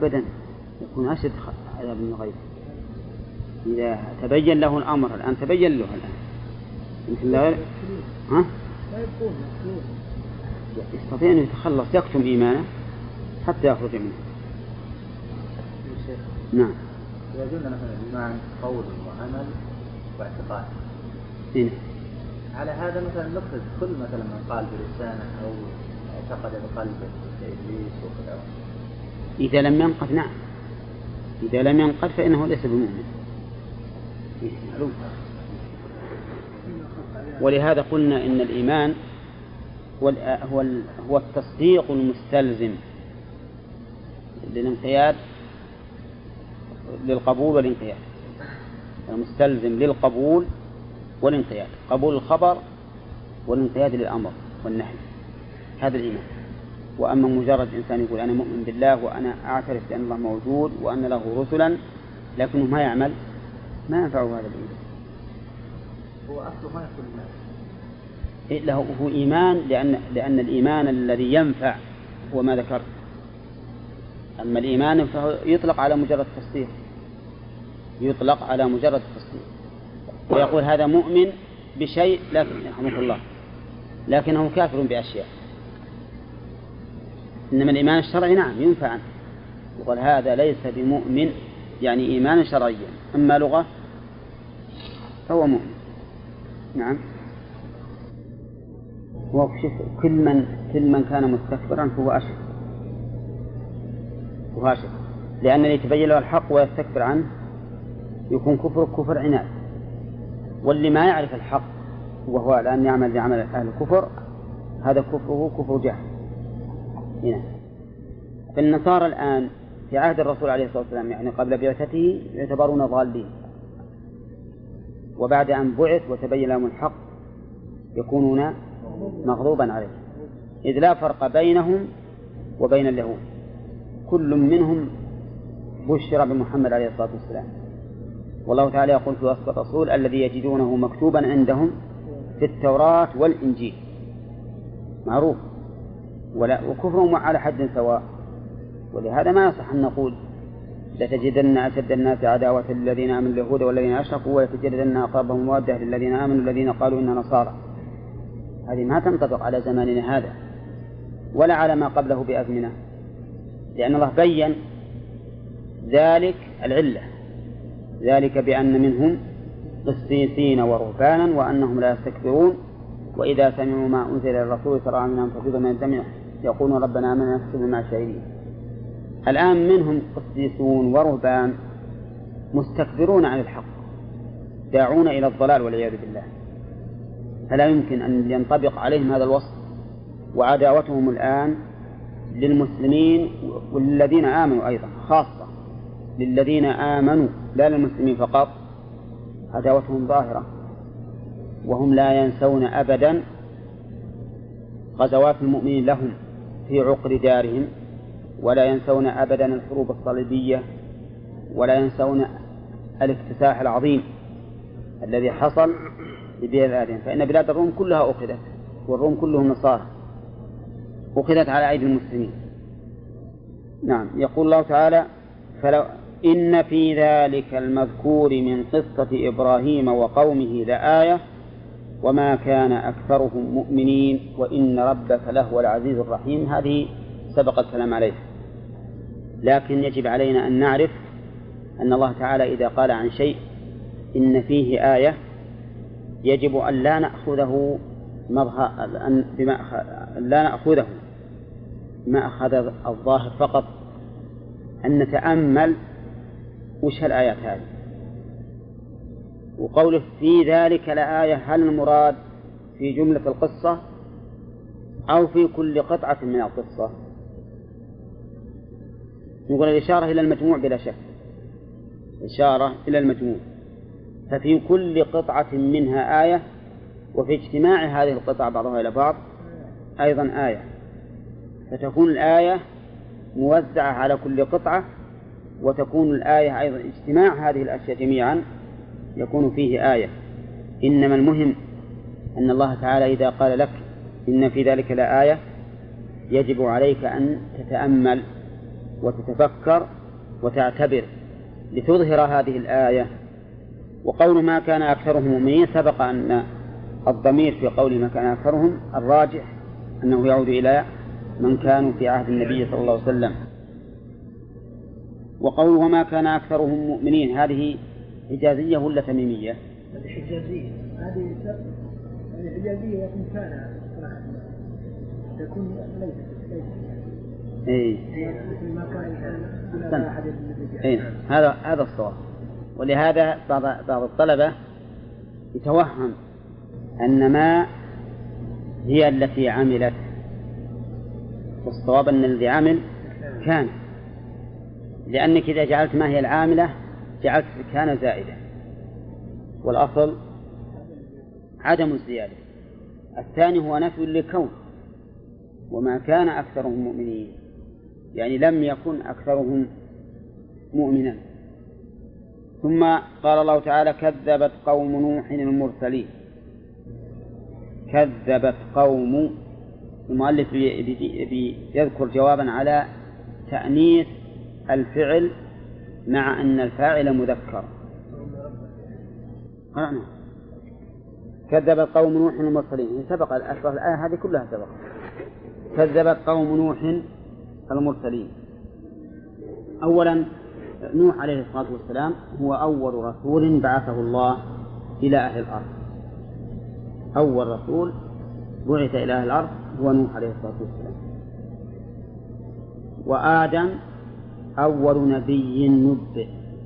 أبدا، يكون أشد عذاب من غيره. إذا تبين له الأمر الآن، تبين له الآن، يمكن لا يستطيع أن يتخلص، يكتم إيمانه حتى يخرج منه. نعم. إذا قلنا مثلا الإيمان قول وعمل واعتقاد، على هذا مثلا نفرض كل مثلا من قال بلسانه أو اعتقد بقلبه كإبليس وكذا. إذا لم ينقض، نعم، إذا لم ينقض فإنه ليس بمؤمن. ولهذا قلنا إن الإيمان هو التصديق المستلزم للانقياد، للقبول والانقياد، المستلزم للقبول والانقياد، قبول الخبر والانقياد للأمر والنهي، هذا الإيمان. وأما مجرد إنسان يقول أنا مؤمن بالله وأنا أعترف بأن الله موجود وأن له رسلا لكنه ما يعمل، ما ينفعه هذا الإيمان. هو أصله ما يكون الناس له هو إيمان، لأن الإيمان الذي ينفع هو ما ذكرت. أما الإيمان فهو يطلق على مجرد التصديق، يطلق على مجرد التصديق، ويقول هذا مؤمن بشيء لكن رحمه الله لكنه كافر بأشياء. إنما الإيمان الشرعي نعم ينفع عنه، يقول هذا ليس بمؤمن، يعني إيمانا شرعيا، أما لغة فهو مؤمن. نعم. وشوف كل من كان مستكبرا فهو أشرك، لأن اللي يتبين له الحق ويستكبر عنه يكون كفر عناد، واللي ما يعرف الحق وهو الآن يعمل بعمل أهل الكفر هذا كفره كفر جهل. هنا فالنصارى الآن في عهد الرسول عليه الصلاة والسلام، يعني قبل بعثته، يعتبرون ضالين، وبعد أن بعث وتبين لهم الحق يكونون مغضوبا عليه، إذ لا فرق بينهم وبين اليهود، كل منهم بشر بمحمد عليه الصلاة والسلام. والله تعالى يقول في وصف الرسول الذي يجدونه مكتوبا عندهم في التوراة والإنجيل، معروف، وكفرهم على حد سواء. ولهذا ما يصح أن نقول لتجدن أشد الناس عداوة للذين آمنوا اليهود والذين أشركوا ولتجدن أقربهم مودة للذين آمنوا الذين قالوا إننا نصارى. هذه ما تنطبق على زماننا هذا ولا على ما قبله بأزمنة، لأن الله بين ذلك العلة، ذلك بأن منهم قسيسين ورهبانا وأنهم لا يستكبرون وإذا سمعوا ما أنزل إلى الرسول ترى أعينهم تفيض من الدمع يقولون ربنا آمنا فاكتبنا مع الشاهدين. الآن منهم قسيسون ورهبان مستكبرون عن الحق، داعون إلى الضلال والعياذ بالله، فلا يمكن أن ينطبق عليهم هذا الوصف. وعداوتهم الآن للمسلمين والذين آمنوا أيضا، خاصة للذين آمنوا لا للمسلمين فقط، عداوتهم ظاهرة، وهم لا ينسون أبدا غزوات المؤمنين لهم في عقر دارهم، ولا ينسون أبدا الحروب الصليبية، ولا ينسون الاكتساح العظيم الذي حصل ببلادهم. فإن بلاد الروم كلها أخذت، والروم كلهم نصارى، أخذت على أيدي المسلمين. نعم. يقول الله تعالى فلو إن في ذلك المذكور من قصة إبراهيم وقومه لآية وما كان أكثرهم مؤمنين وإن ربك لهو العزيز الرحيم. هذه سبق الكلام عليه، لكن يجب علينا أن نعرف أن الله تعالى إذا قال عن شيء إن فيه آية يجب أن لا نأخذه ما أخذ الظاهر فقط، أن نتأمل وش الآيات هذه. وقوله في ذلك لآية، هل المراد في جملة القصة أو في كل قطعة من القصة؟ نقول الإشارة إلى المجموع بلا شك، إشارة إلى المجموع، ففي كل قطعة منها آية، وفي اجتماع هذه القطع بعضها إلى بعض أيضا آية، فتكون الآية موزعة على كل قطعة، وتكون الآية أيضا اجتماع هذه الأشياء جميعا يكون فيه آية. إنما المهم أن الله تعالى إذا قال لك إن في ذلك لآية يجب عليك أن تتأمل وتتفكر وتعتبر لتظهر هذه الآية. وقول ما كان أكثرهم مؤمنين سبق أن الضمير في قول ما كان أكثرهم الراجح أنه يعود إلى من كانوا في عهد النبي صلى الله عليه وسلم. وقوله وما كان أكثرهم مؤمنين هذه حجازية ولا تميمية؟ هذه حجازية. هذه حجازية لكن كان تكون ليست ما كان أحد هذا الصواب. ولهذا بعض الطلبة يتوهم أن ما هي التي عملت، والصواب أن الذي عمل كان، لأنك إذا جعلت ما هي العاملة جعلت كان زائدة، والأصل عدم الزيادة. الثاني هو نفي للكون، وما كان أكثرهم مؤمنين يعني لم يكن أكثرهم مؤمنا. ثم قال الله تعالى كذبت قوم نوح المرسلين. كذبت قوم، المؤلف يذكر جوابا على تأنيث الفعل مع أن الفاعل مذكر. كذبت قوم نوح المرسلين، سبق الآية هذه كلها سبق. كذبت قوم نوح المرسلين. أولا نوح عليه الصلاة والسلام هو أول رسول بعثه الله إلى أهل الأرض. أول رسول بعث إلى أهل الأرض هو نوح عليه الصلاة والسلام. وآدم أول نبي نبئ،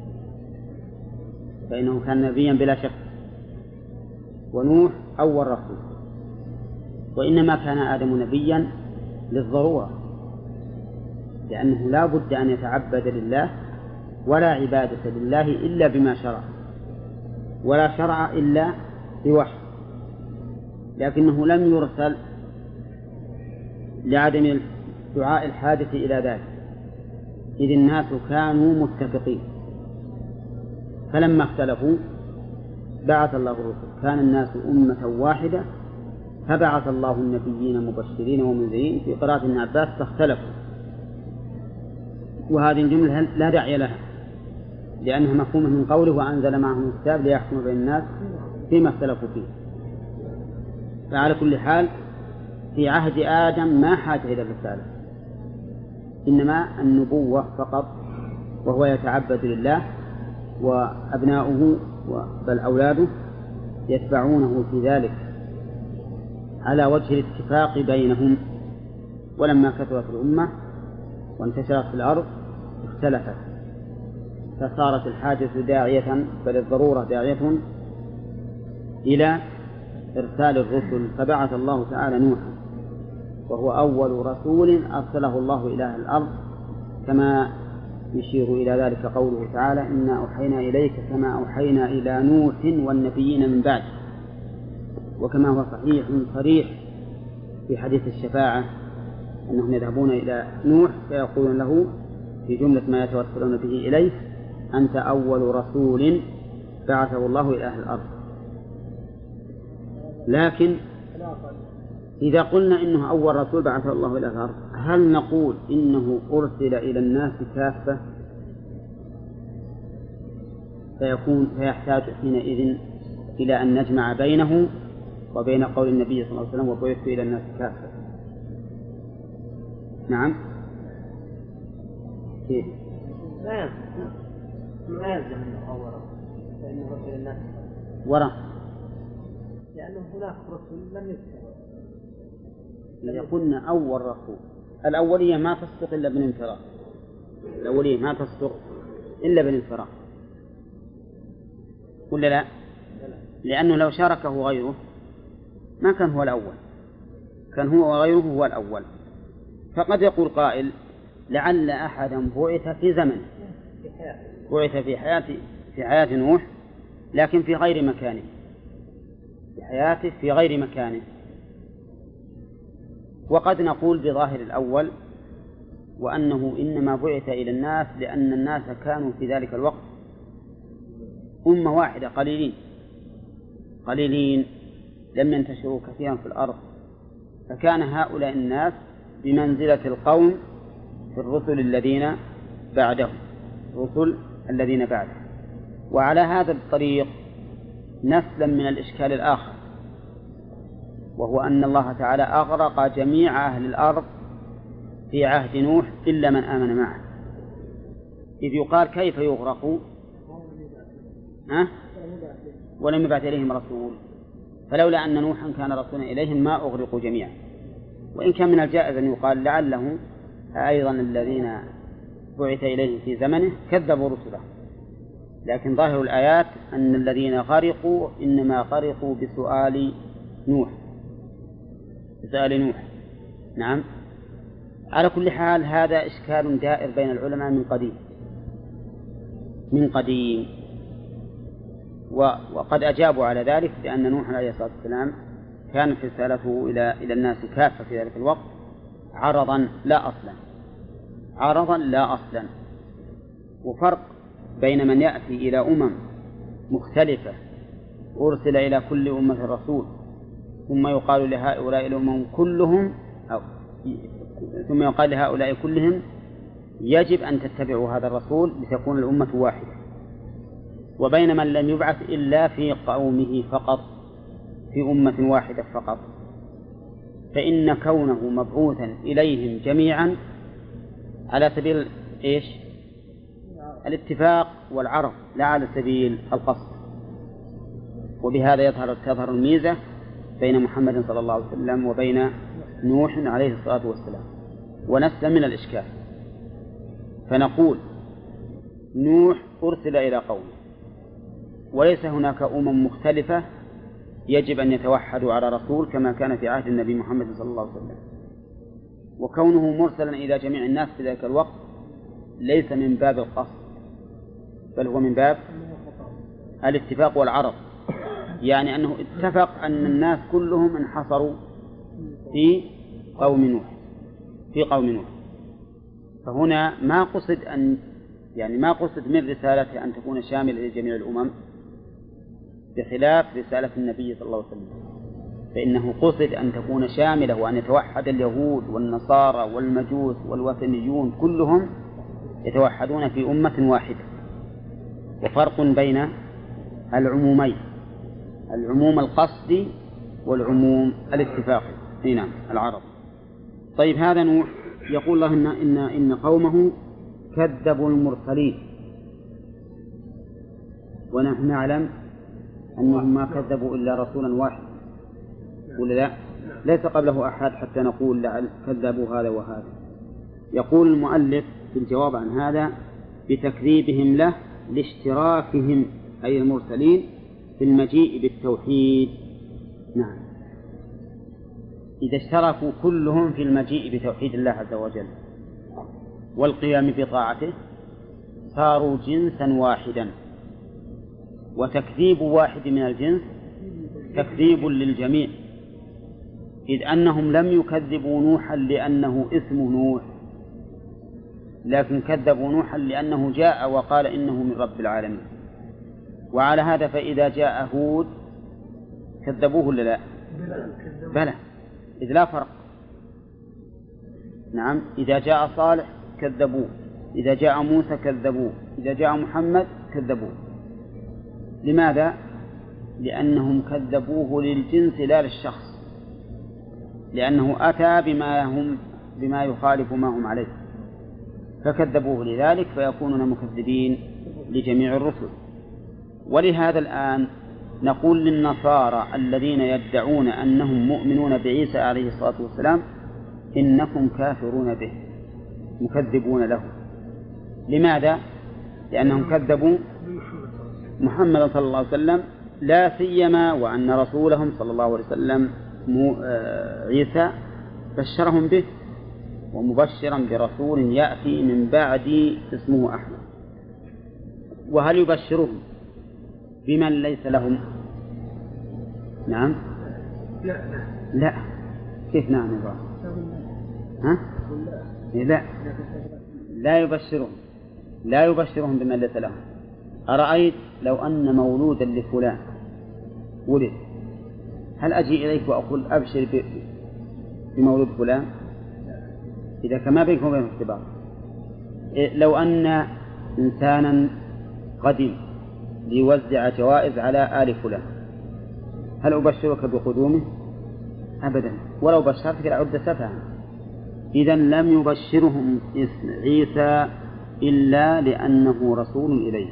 فإنه كان نبيا بلا شك. ونوح أول رسول. وإنما كان آدم نبيا للضرورة، لأنه لا بد أن يتعبد لله، ولا عبادة لله إلا بما شرع، ولا شرع إلا بوحي. لكنه لم يرسل لعدم دعاء الحاجة إلى ذلك، إذ الناس كانوا متفقين. فلما اختلفوا بعث الله الرسل. كان الناس أمة واحدة فبعث الله النبيين مبشرين ومنذرين. في قراءة ابن عباس فاختلفوا، وهذه الجملة لا داعي لها لأنها مفهومة من قوله وأنزل معهم الكتاب ليحكم بين الناس فيما اختلفوا فيه. فعلى كل حال في عهد آدم ما حاجة إلى الرسالة، إنما النبوة فقط، وهو يتعبد لله، وأبناؤه بل أولاده يتبعونه في ذلك على وجه الاتفاق بينهم. ولما كثرت الأمة وانتشرت في الأرض اختلفت، فصارت الحاجة داعية، بل الضرورة داعية إلى إرسال الرسل. فبعث الله تعالى نوحا، وهو أول رسول أرسله الله إلى أهل الأرض، كما يشير إلى ذلك قوله تعالى إنا أوحينا إليك كما أوحينا إلى نوح والنبيين من بعد. وكما هو صريح في حديث الشفاعة أنهم يذهبون إلى نوح فيقولون له في جملة ما يتوسلون به إليه أنت أول رسول بعثه الله إلى أهل الأرض. لكن إذا قلنا إنه أول رسول بعثه الله إلى أهل الأرض، هل نقول إنه أرسل إلى الناس كافة؟ فيحتاج حينئذ إلى أن نجمع بينه وبين قول النبي صلى الله عليه وسلم وبعثت إلى الناس كافة. نعم. كيف؟ ما يلزم أنه أول رسول، فإنه رسل الناس وراء، لأنه هناك رسل لم يذكر. إذا قلنا أول رسول، الأولية ما تصدق إلا بالانفراد، الأولية ما تصدق إلا بالانفراد، ولا لا؟ لأنه لو شاركه غيره ما كان هو الأول، كان هو وغيره هو الأول. فقد يقول قائل لعل أحدا بعث في زمن، بعث في حياة نوح لكن في غير مكانه، في حياته في غير مكانه. وقد نقول بظاهر الأول وأنه إنما بعث إلى الناس لأن الناس كانوا في ذلك الوقت أمة واحدة قليلين لم ينتشروا كثيرا في الأرض، فكان هؤلاء الناس بمنزلة القوم في الرسل الذين بعدهم، الرسل الذين بعده. وعلى هذا الطريق نسلم من الإشكال الآخر، وهو أن الله تعالى أغرق جميع أهل الأرض في عهد نوح إلا من آمن معه، إذ يقال كيف يغرقوا ولم يبعث إليهم رسول، فلولا أن نوحا كان رسولا إليهم ما أغرقوا جميعا. وإن كان من الجائز أن يقال لعله أيضا الذين بعث إليهم في زمنه كذبوا رسله، لكن ظاهر الآيات أن الذين غرقوا إنما غرقوا بسؤال نوح. نعم. على كل حال هذا إشكال دائر بين العلماء من قديم، وقد أجابوا على ذلك بأن نوح عليه الصلاة والسلام كانت رسالته إلى الناس كافة في ذلك الوقت عرضا لا أصلا. وفرق بين من يأتي إلى أمم مختلفة أرسل إلى كل أمة رسول ثم يقال لهؤلاء الأمم كلهم ثم يقال لهؤلاء كلهم يجب أن تتبعوا هذا الرسول لتكون الأمة واحدة، وبين من لم يبعث إلا في قومه فقط، في أمة واحدة فقط، فإن كونه مبعوثا إليهم جميعا على سبيل الاتفاق والعرض لا على سبيل القصد. وبهذا تظهر الميزة بين محمد صلى الله عليه وسلم وبين نوح عليه الصلاة والسلام، ونسلم من الإشكال. فنقول نوح أرسل إلى قومه، وليس هناك أمم مختلفة يجب أن يتوحدوا على رسول كما كان في عهد النبي محمد صلى الله عليه وسلم. وكونه مرسلا إلى جميع الناس في ذلك الوقت ليس من باب القصد، بل هو من باب الاتفاق والعرض، يعني أنه اتفق أن الناس كلهم انحصروا في قوم نوح. فهنا ما قصد من رسالته أن تكون شاملة لجميع الأمم، بخلاف رسالة النبي صلى الله عليه وسلم، فإنه قصد أن تكون شاملة وأن يتوحد اليهود والنصارى والمجوس والوثنيون كلهم يتوحدون في أمة واحدة. وفرق بين العمومين، العموم القصدي والعموم الاتفاقي. نعم، العرض. طيب، هذا نوح يقول الله إن قومه كذبوا المرسلين، ونحن نعلم أنهم ما كذبوا إلا رسولا واحد، ولا لا؟ ليس قبله أحد حتى نقول لعل كذبوا هذا وهذا. يقول المؤلف في الجواب عن هذا بتكذيبهم له لاشتراكهم أي المرسلين في المجيء بالتوحيد. نعم، إذا اشتركوا كلهم في المجيء بتوحيد الله عز وجل والقيام بطاعته صاروا جنسا واحدا، وتكذيب واحد من الجنس تكذيب للجميع، إذ أنهم لم يكذبوا نوحا لأنه اسمه نوح، لكن كذبوا نوحا لأنه جاء وقال إنه من رب العالمين. وعلى هذا فإذا جاء هود كذبوه ولا لا؟ بلى، إذ لا فرق. نعم، إذا جاء صالح كذبوه، إذا جاء موسى كذبوه، إذا جاء محمد كذبوه. لماذا؟ لأنهم كذبوه للجنس لا للشخص، لأنه أتى بما يخالف ما هم عليه فكذبوه لذلك، فيكونون مكذبين لجميع الرسل. ولهذا الآن نقول للنصارى الذين يدعون أنهم مؤمنون بعيسى عليه الصلاة والسلام إنكم كافرون به، مكذبون له. لماذا؟ لأنهم كذبوا محمد صلى الله عليه وسلم، لا سيما وأن رسولهم صلى الله عليه وسلم عيسى بشرهم به ومبشرا برسول يأتي من بعد اسمه أحمد. وهل يبشرهم بمن ليس لهم؟ نعم، لا. كيف نعم يا ها؟ لا يبشرهم بمن ليس لهم. أرأيت لو أن مولودا لفلان ولد، هل أجي إليك وأقول أبشر بمولود فلان؟ إذا كما بينكم وبين اختبار، لو أن إنسانا قدم ليوزع جوائز على آل فلان، هل أبشرك بقدومه؟ أبدا، ولو بشرتك لعد سفها. إذن لم يبشرهم اسم عيسى إلا لأنه رسول إليه،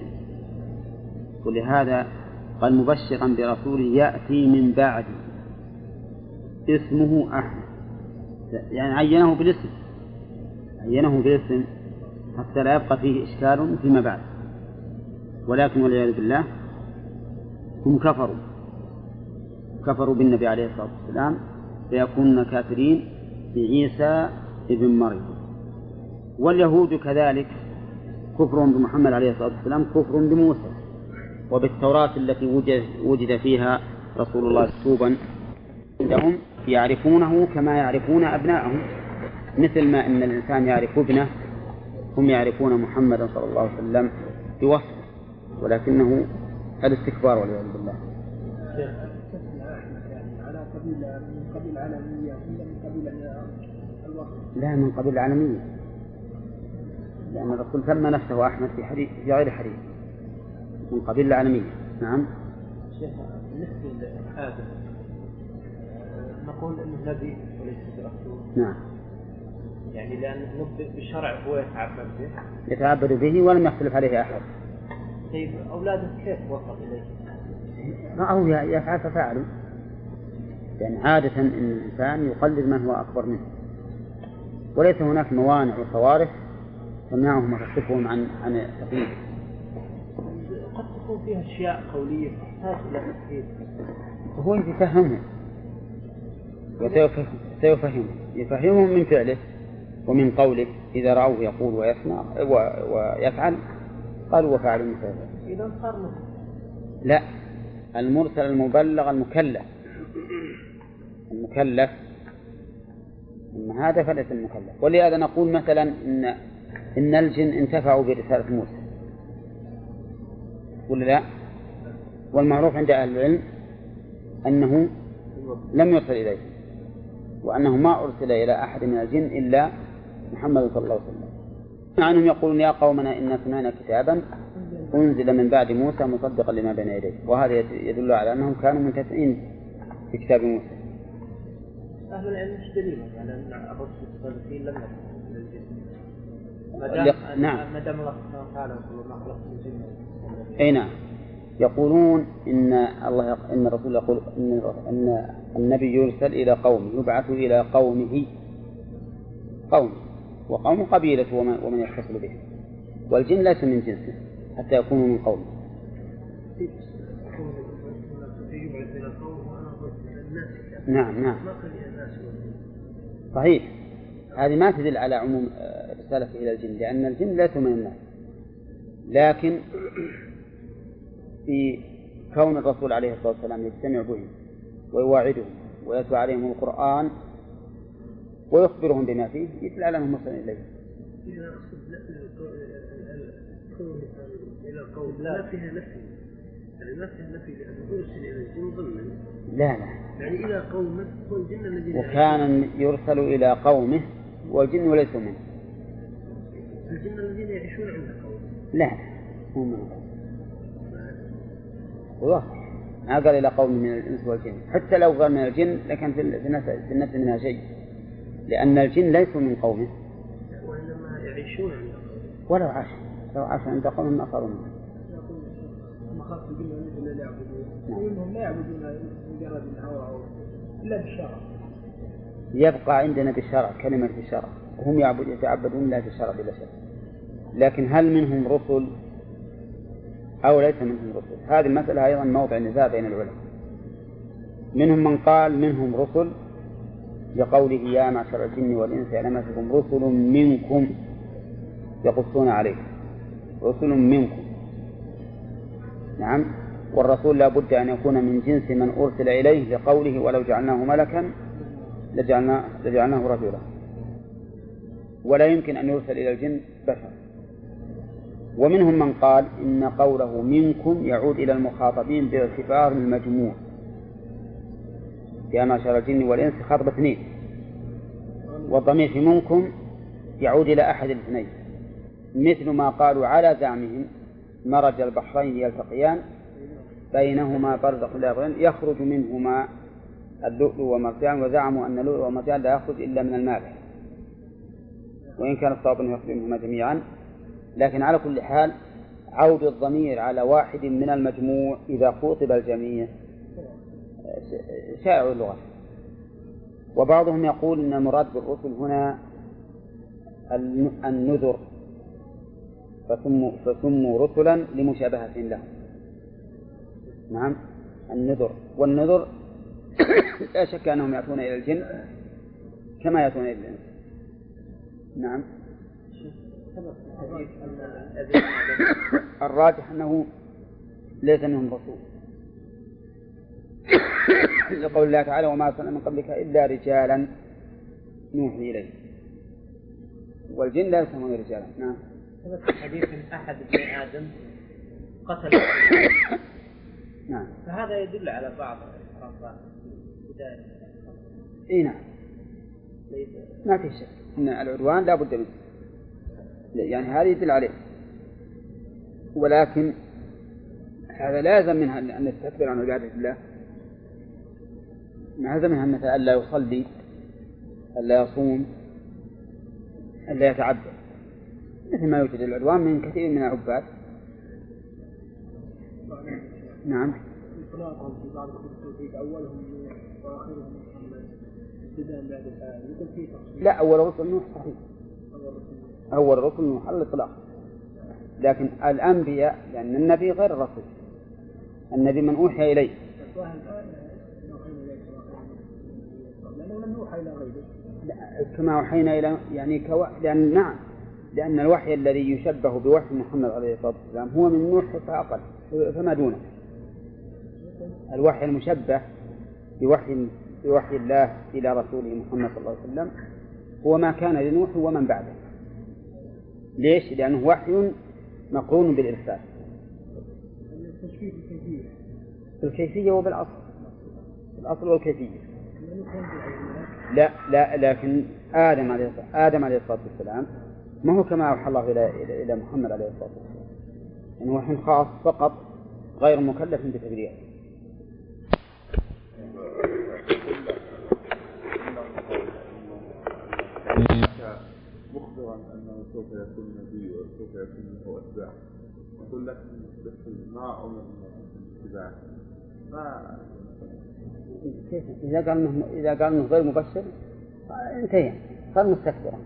ولهذا قال مبشرا برسول يأتي من بعد اسمه أحمد، يعني عينه بالاسم حتى لا يبقى فيه إشكال فيما بعد. ولكن والعياذ بالله هم كفروا بالنبي عليه الصلاة والسلام فيكونون كافرين بعيسى ابن مريم. واليهود كذلك كفر بمحمد عليه الصلاة والسلام كفر بموسى وبالتوراة التي وجد فيها رسول الله مكتوبا عندهم، يعرفونه كما يعرفون أبناءهم، مثل ما أن الإنسان يعرف ابنه هم يعرفون محمدا صلى الله عليه وسلم بوصف، ولكنه الاستكبار والعياذ بالله. لا، من قبيل العالمية، لأن الرسول سمى نفسه أحمد في غير حديث، من قبيل العالمية. نعم. شيخ بالنسبة لآدم نقول إنه نبي وليس برسول. نعم. يعني لأنه بالشرع هو يتعبد به ولم يختلف عليه أحد. طيب أولاده كيف وصل إليه؟ رأوا يفعل ففعلوا، يعني عادة إن الإنسان يقلد من هو أكبر منه، وليس هناك موانع وصوارف تمنعهم وتصرفهم عن التقليد. قد تكون فيها أشياء قولية تحتاج إلى تفهيم. هو يفهمهم يفهمهم من فعله ومن قوله، إذا رأوه يقول ويسمع ويفعل قالوا وفعلوا مثل ذلك. إذا صار مثل. لا، المرسل المبلغ المكلف أما هذا فليس المكلف. ولهذا نقول مثلا إن الجن انتفعوا برسالة موسى ولا لا؟ والمعروف عند أهل العلم أنه لم يرسل إليه، وأنه ما أرسل إلى أحد من الجن إلا محمد صلى الله عليه وسلم. عنهم يقولون يا قومنا إنا سمعنا كتابا أنزل من بعد موسى مصدقا لما بين يديه، وهذا يدل على أنهم كانوا منتفعين في كتاب موسى. أهل العلم مش دليل على أن الرسل الصالحين لم يكن من الجن. نعم. ما دام الله سبحانه وتعالى ما خلق الجن. أي نعم. يقولون إن الرسول يقول إن النبي يرسل إلى قومه، يبعث إلى قومه، وقوم قبيلته ومن يتصل به، والجن ليس من جنسه حتى يكونوا من قومه. نعم صحيح. هذه ما تدل على عموم رسالته إلى الجن، لأن الجن ليسوا من الناس، لكن في كون الرسول عليه الصلاة والسلام يجتمع بهم ويواعدهم ويتلو عليهم القرآن ويخبرهم بما فيه يدل على أنهم مرسل إليه. إلى قول لا فيها نفي، يعني ما فيها نفي لأنه يرسل إلى الجن ضمن. لا يعني إلى قومه والجن الذين وكان يرسل إلى قومه والجن وليسوا منه. الجن الذين يعيشون عند قومه. لا هم من قومه. والله ما قال إلى قوم من الإنس والجن، حتى لو قال من الجن لكن في النفس منها شيء، لأن الجن ليسوا من قومه وإنما يعيشون عند قومه. ولو عاش عند قوم ما صاروا منه. مخاف الجن الذين لا يعبدون، وإنهم لا يعبدون مجرد الهوى إلا بالشرع. يبقى عندنا بالشرع كلمة بالشرع، وهم يتعبدون لا بالشرع بلا شك. لكن هل منهم رسل أو ليس منهم رسل؟ هذه المسألة أيضا موضع نزاع بين العلماء. منهم من قال منهم رسل لقوله يا معشر الجن والإنس إنما فيكم رسل منكم يقصون عليكم، رسل منكم. نعم. والرسول لا بد أن يكون من جنس من أرسل إليه لقوله ولو جعلناه ملكا لجعلناه رجلا، ولا يمكن أن يرسل إلى الجن بشر. ومنهم من قال إن قوله منكم يعود إلى المخاطبين باعتبار المجموع، يا معشر الجن والإنس خاطب اثنين، والضمير في منكم يعود إلى أحد الاثنين، مثل ما قالوا على زعمهم مرج البحرين يلتقيان بينهما برزخ لا يبغيان يخرج منهما اللؤلؤ والمرجان، وزعموا أن اللؤلؤ والمرجان لا يخرج إلا من المالح، وإن كان الصواب أنه يخرج منهما جميعا. لكن على كل حال عود الضمير على واحد من المجموع إذا خوطب الجميع شائع اللغة. وبعضهم يقول أن المراد بالرسل هنا النذر، فسموا رسلا لمشابهة لهم. نعم النذر، والنذر لا شك أنهم يأتون إلى الجن كما يأتون إلى الإنس. نعم الراجح أنه ليس منهم رسول، لقول الله تعالى وما أرسلنا من قبلك إلا رجالا نوحي إليه، والجن لا يسمون رجالا. نعم حديث أحد ابن آدم قتل نعم فهذا يدل على بعض الخرافات بداية. إيه نعم ما في شك أن العدوان لا بد منه، يعني هذا يدل عليه، ولكن هذا لازم منها أن نستكبر عن عبادة الله. لازم منها مثلا ألا يصلي، ألا يصوم، ألا يتعبد، مثل ما يوجد العدوان من كثير من العباد. نعم إطلاقهم في بعض الكتب أولهم وآخرهم ابتداء بعد الآية يكون فيه تفصيل. لا أول رسل نوح صحيح، أول رسل نوح على الإطلاق، لكن الأنبياء لأن النبي غير الرسول، النبي من أوحي إليه لأنه لم يوحى إلى غيره كما أوحينا إلى يعني لأن نعم لأن الوحي الذي يشبه بوحي محمد عليه الصلاة والسلام هو من نوح فأقل فما دونه. الوحي المشبه بوحي الله إلى رسوله محمد صلى الله عليه وسلم هو ما كان لنوح ومن بعده. ليش؟ لأنه وحي مقرون بالإرسال. الكيفية وبالأصل، الأصل والكيفية. لا لكن آدم عليه الصلاة والسلام ما هو كما أوحى الله إلى محمد عليه الصلاة والسلام، يعني وحي خاص فقط غير مكلف بتبليغه. مخبرا أنه سوف يكون نبي وسوف يكون له أتباع، يقول لك ما أمر الاتباع ما كيف إذا قال إنه غير مبشر انتهى صار مستكبرا،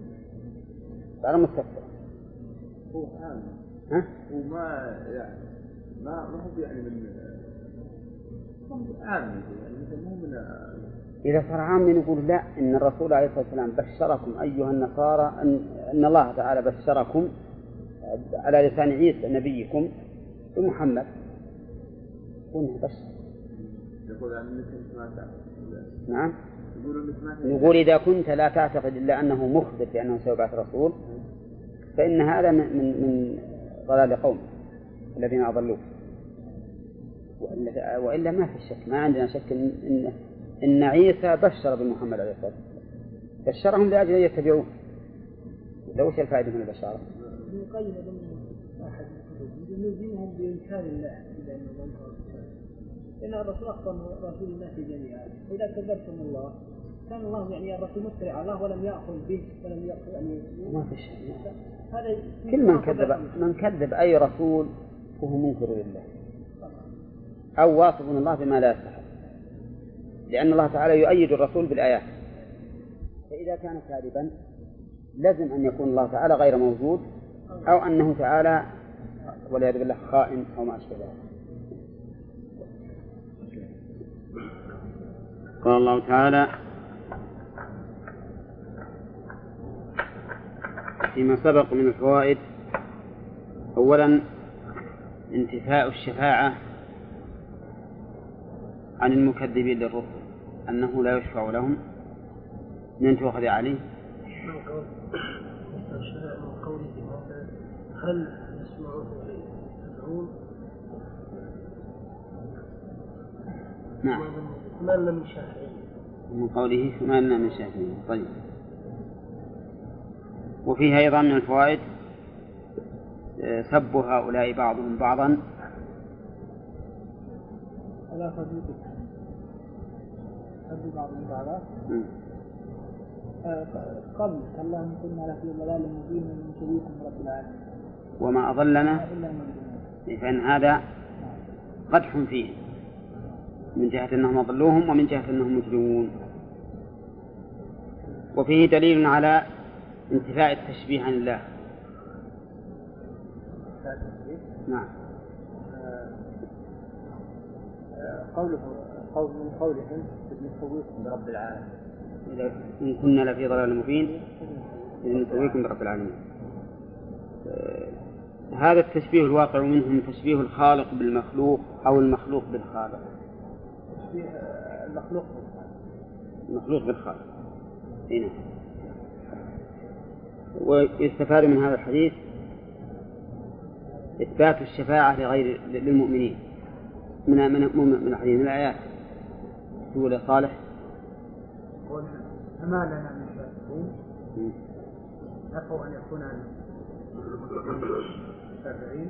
هو عام وما يعني ما هو يعني من عام يعني مثل مو من إذا صار عام نقول لا إن الرسول عليه الصلاة والسلام بشركم أيها النصارى أن الله تعالى بشركم على لسان عيسى نبيكم بمحمد بشر. يقول أن ما تعتقد. نعم نقول إذا كنت لا تعتقد إلا أنه مخبر بأنه سيبعث رسول فإن هذا من ضلال قوم الذين أضلوه، وإلا ما في شك، ما عندنا شك إن عيسى بشر بمحمد عليه الصلاة والسلام، بشرهم لأجل أن يتبعوه. وش الفائدة من البشارة؟ يقيم أحد يلزمهم بإنكار الله لأن الرسول أخبر رسول الناس جميعا، وإذا كذبتم الله كان الله يعني الرسول مسرع على الله ولم يأخذ به ولم يأخذ يعني ما في شيء. هذا كل من كذب أي رسول فهو منكر لله أو واصف الله بما لا يستحق، لأن الله تعالى يؤيد الرسول بالآيات، فإذا كان كاذبا لازم أن يكون الله تعالى غير موجود أو أنه تعالى والعياذ بالله خائن أو ما أشبه ذلك. قال الله تعالى فيما سبق من الفوائد: أولا انتفاء الشفاعة عن المكذبين للرسل، أنه لا يشفع لهم. من تؤخذ عليه؟ هل يسمعون ويدعون؟ نعم ما لنا من شافعين. من قوله ما لنا من شافعين. طيب. وفيها أيضا من الفوائد سب هؤلاء بعضهم بعضا على صديقك سب بعضهم بعضا قبل اللهم كنا لفي ضلال مبين من شريكم رب العالمين وما أضلنا فإن هذا قدح فيه من جهة أنهم أضلوهم ومن جهة أنهم مجرمون. وفيه دليل على انتفاء التشبيه عن الله. نعم. من قولهم نسويكم برب العالمين إن كنا لفي ضلال مبين إذ نسويكم برب العالمين. هذا التشبيه الواقع منهم تشبيه الخالق بالمخلوق أو المخلوق بالخالق. تشبيه المخلوق بالخالق. هنا ويستفاد من هذا الحديث إثبات الشفاعة لغير للمؤمنين من الحديث من الآيات. تقول صالح فما لنا من شافعين نفوا أن يكون شافعين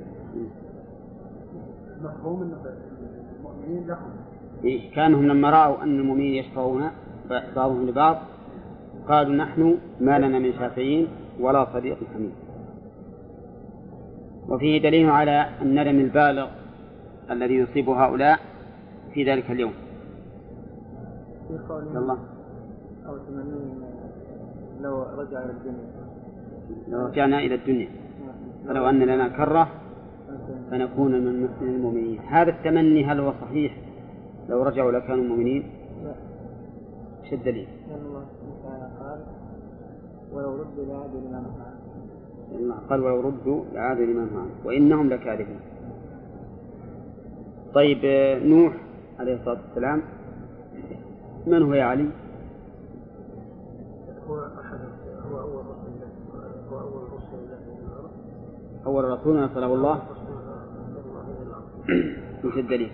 مفهوم أن المؤمنين لهم كانهم لما رأوا أن المؤمنين يشفعون بعضهم لبعض قالوا نحن ما لنا من شافعين ولا صديق حميد. وفيه دليل على الندم البالغ الذي يصيب هؤلاء في ذلك اليوم. الله أو تمنين لو رجع إلى الدنيا لو رجعنا إلى الدنيا فلو أن لنا كرة فنكون من المؤمنين. هذا التمني هل هو صحيح لو رجعوا لكانوا مؤمنين؟ ايش الدليل؟ الله تعالى قال ولو ردوا لعادوا لما نهوا عنه. قال ولو ردوا لعادوا لما نهوا عنه وإنهم لكاذبون. طيب نوح عليه الصلاة والسلام من هو يا علي؟ هو أول رسول الله من الأرض. أول رسول أرسله الله. ايش الدليل؟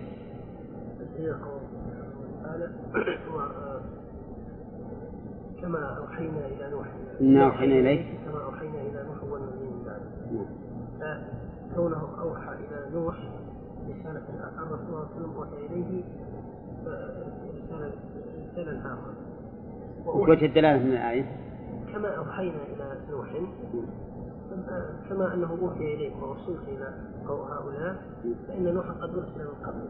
كما أوحينا إلى نوح إنا أوحينا إليك كما أوحينا إلى نوح والنبيين من بعده. فكونه أوحى إلى نوح رسالة الرسول صلى الله عليه وسلم أوحى إليه رسالة آخر. وجه الدلالة من الآية كما أوحينا إلى نوح كما أنه أوحي إليك ورسولك إلى هؤلاء فإن نوح قد أرسل من قبل.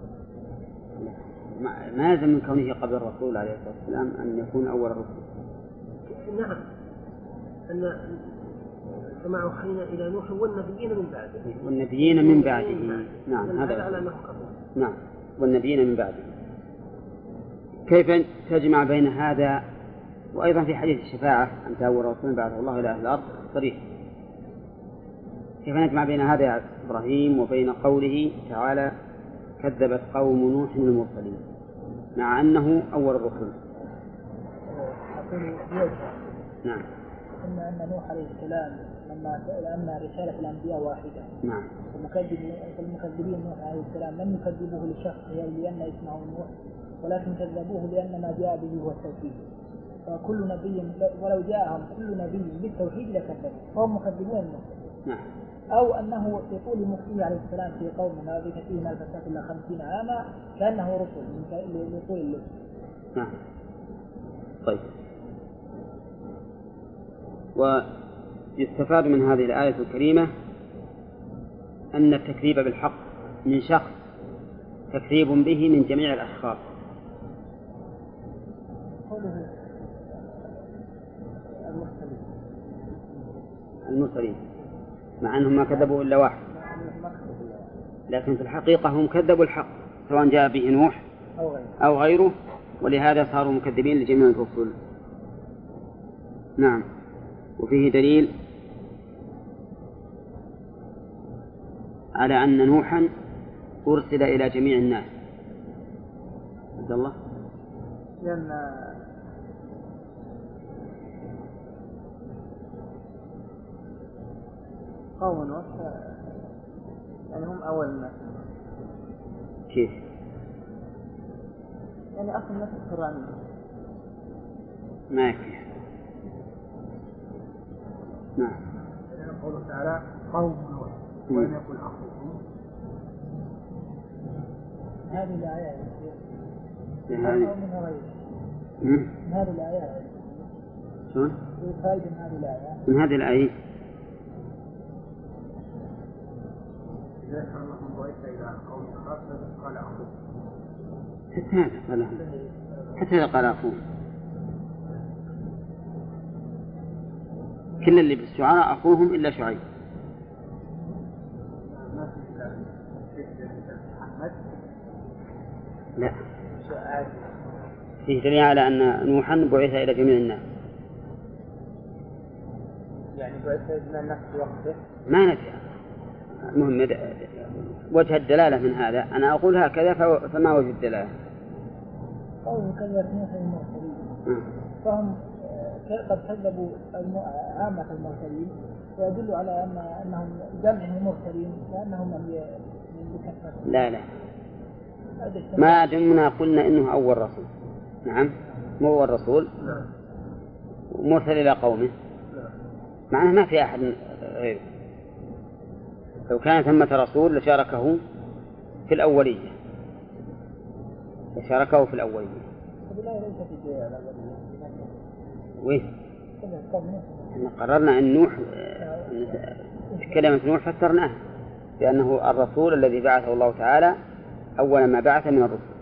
ما يلزم من كونه قبل الرسول عليه الصلاة والسلام أن يكون أول الرسل. نعم أن كما أوحينا إلى نوح والنبيين من بعده. نعم هذا على أنه قبل. نعم والنبيين من بعده. كيف تجمع بين هذا وأيضا في حديث الشفاعة أنت أول رسول بعثه الله إلى أهل الأرض صريح؟ كيف نجمع بين هذا يا إبراهيم وبين قوله تعالى كذبت قوم نوح المرسلين مع أنه أول الرسل؟ نعم. أن نوح عليه السلام لأن رسالة الأنبياء واحدة. نعم. المكذبين نوح عليه السلام لم يكذبوه لشخص لأن اسمه نوح ولكن كذبوه لأن ما جاء به هو التوحيد. فكل نبي ولو جاءهم كل نبي بالتوحيد لكذبوا فهم مكذبون نوح. نعم. أو أنه يقول مخيه عليه السلام في قومنا الذين فيهم الفساد إلا 50 عاما كأنه رسل لطول اللبس. نعم. طيب. ويستفاد من هذه الآية الكريمة أن التكذيب بالحق من شخص تكذيب به من جميع الأشخاص. المرسلين مع أنهم ما كذبوا إلا واحد لكن في الحقيقة هم كذبوا الحق سواء جاء به نوح أو غيره ولهذا صاروا مكذبين لجميع الرسل. نعم. وفيه دليل على أن نوحا أرسل إلى جميع الناس. عبد الله لأن قوم نوح يعني هم أول الناس. كيف؟ يعني أصل الناس القرآن ما يكفي. نعم. قوله تعالى قوم نوح وين يقول أخوهم؟ هذه الآيات من هذه الآيات شلون؟ فائدة من هذه الآيات من هذه الآية إذا كان الله بعث إلى قوم خاصة قال أخوهم حتى هذا قال أخوهم كل اللي بالشعراء أخوهم إلا شعيب. لا فيه دليل على أن نوحا بعث إلى جميع الناس. يعني بعث إلى الناس في وقته ما نفع. المهم وجه الدلالة من هذا أنا أقول هكذا فما وجه الدلالة؟ قوله كذبت نوح المرسلين فهم قد كذبوا عامة المرسلين ويدل على أنهم جمع المرسلين لأنهم من بكثرة. لا ما دمنا قلنا إنه أول رسول. نعم مو أول رسول مرسل إلى قومه معناه ما في أحد غيره. لو كان ثمة رسول لشاركه في الأولية وين قررنا أن نوح كلمة نوح فسرناه بأنه الرسول الذي بعثه الله تعالى أول ما بعث من الرسل.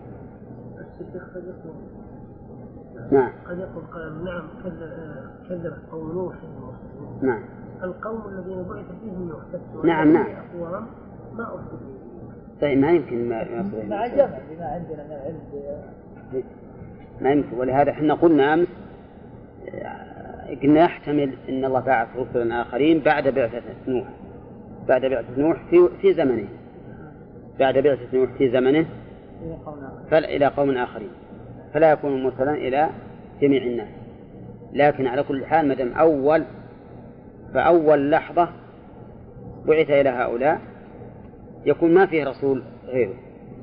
نعم قد يقول قال نعم كذب قوم نوح. نعم القوم الذين بعث فيهم نوح بس نعم أقوام ما أرسلوا. طيب ما يمكن ما يصير مع الجمع بما عندنا من العلم ما يمكن. ولهذا احنا قلنا أمس قلنا يحتمل أن الله بعث رسلا آخرين بعد بعثة نوح في زمنه بعد بعثة نوح في زمنه إلى قوم آخرين فلا يكون مرسلا إلى جميع الناس. لكن على كل حال مدام فأول لحظة بعث إلى هؤلاء يكون ما فيه رسول غيره.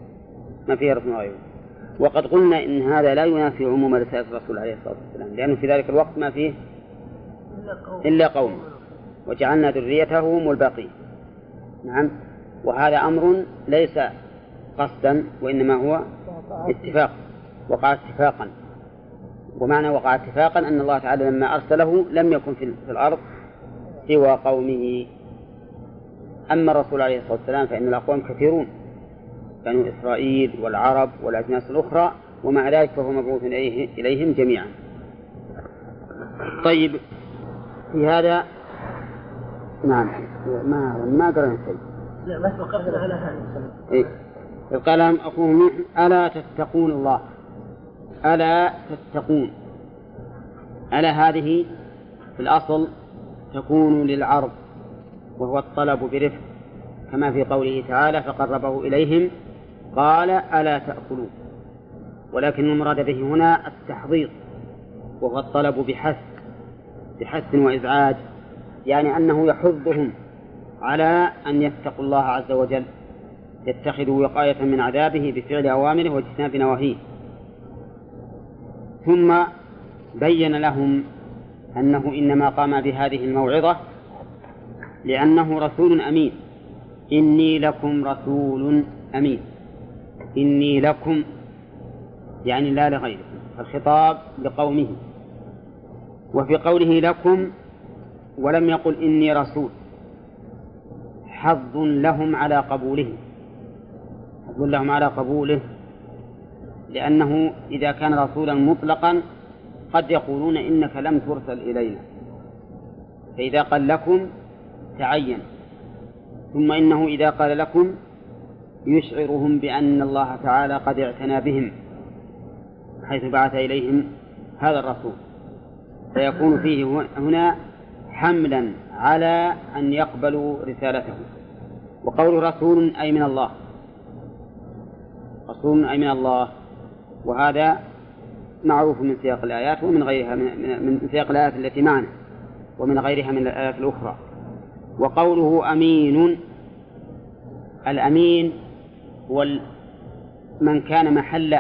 وقد قلنا إن هذا لا ينافي عموم رسالة الرسول عليه الصلاة والسلام لأنه في ذلك الوقت ما فيه إلا قوم وجعلنا ذريته هم الباقين. نعم وهذا أمر ليس قصدا وإنما هو اتفاق وقع اتفاقا. ومعنى وقع اتفاقا أن الله تعالى لما أرسله لم يكن في الأرض سوى قومه. أما الرسول عليه الصلاة والسلام فإن الأقوام كثيرون بنو إسرائيل والعرب والأجناس الأخرى ومع ذلك فهو مبعوث إليهم جميعا. طيب في هذا نعم ما قرأنا شيء. لا بس وقفنا على هذا. إيه قال لهم أخوهم نوح ألا تتقون الله. ألا تتقون. ألا هذه في الأصل تكون للعرض وهو الطلب برفق كما في قوله تعالى فقربه إليهم قال ألا تأكلون. ولكن المراد به هنا التحضيض وهو الطلب بحث وإزعاج يعني أنه يحضهم على أن يتقوا الله عز وجل يتخذوا وقاية من عذابه بفعل أوامره واجتناب نواهيه. ثم بين لهم أنه إنما قام بهذه الموعظة لأنه رسول أمين. إني لكم رسول أمين. إني لكم يعني لا لغيركم الخطاب لقومه. وفي قوله لكم ولم يقل إني رسول حظ لهم على قبوله لأنه إذا كان رسولا مطلقا قد يقولون إنك لم ترسل إلينا فإذا قال لكم تعين. ثم إنه إذا قال لكم يشعرهم بأن الله تعالى قد اعتنى بهم حيث بعث إليهم هذا الرسول فيكون فيه هنا حملا على أن يقبلوا رسالته. وقول رسول أي من الله وهذا معروف من سياق الآيات ومن غيرها من سياق الآيات التي معنا ومن غيرها من الآيات الأخرى. وقوله أمين الأمين هو من كان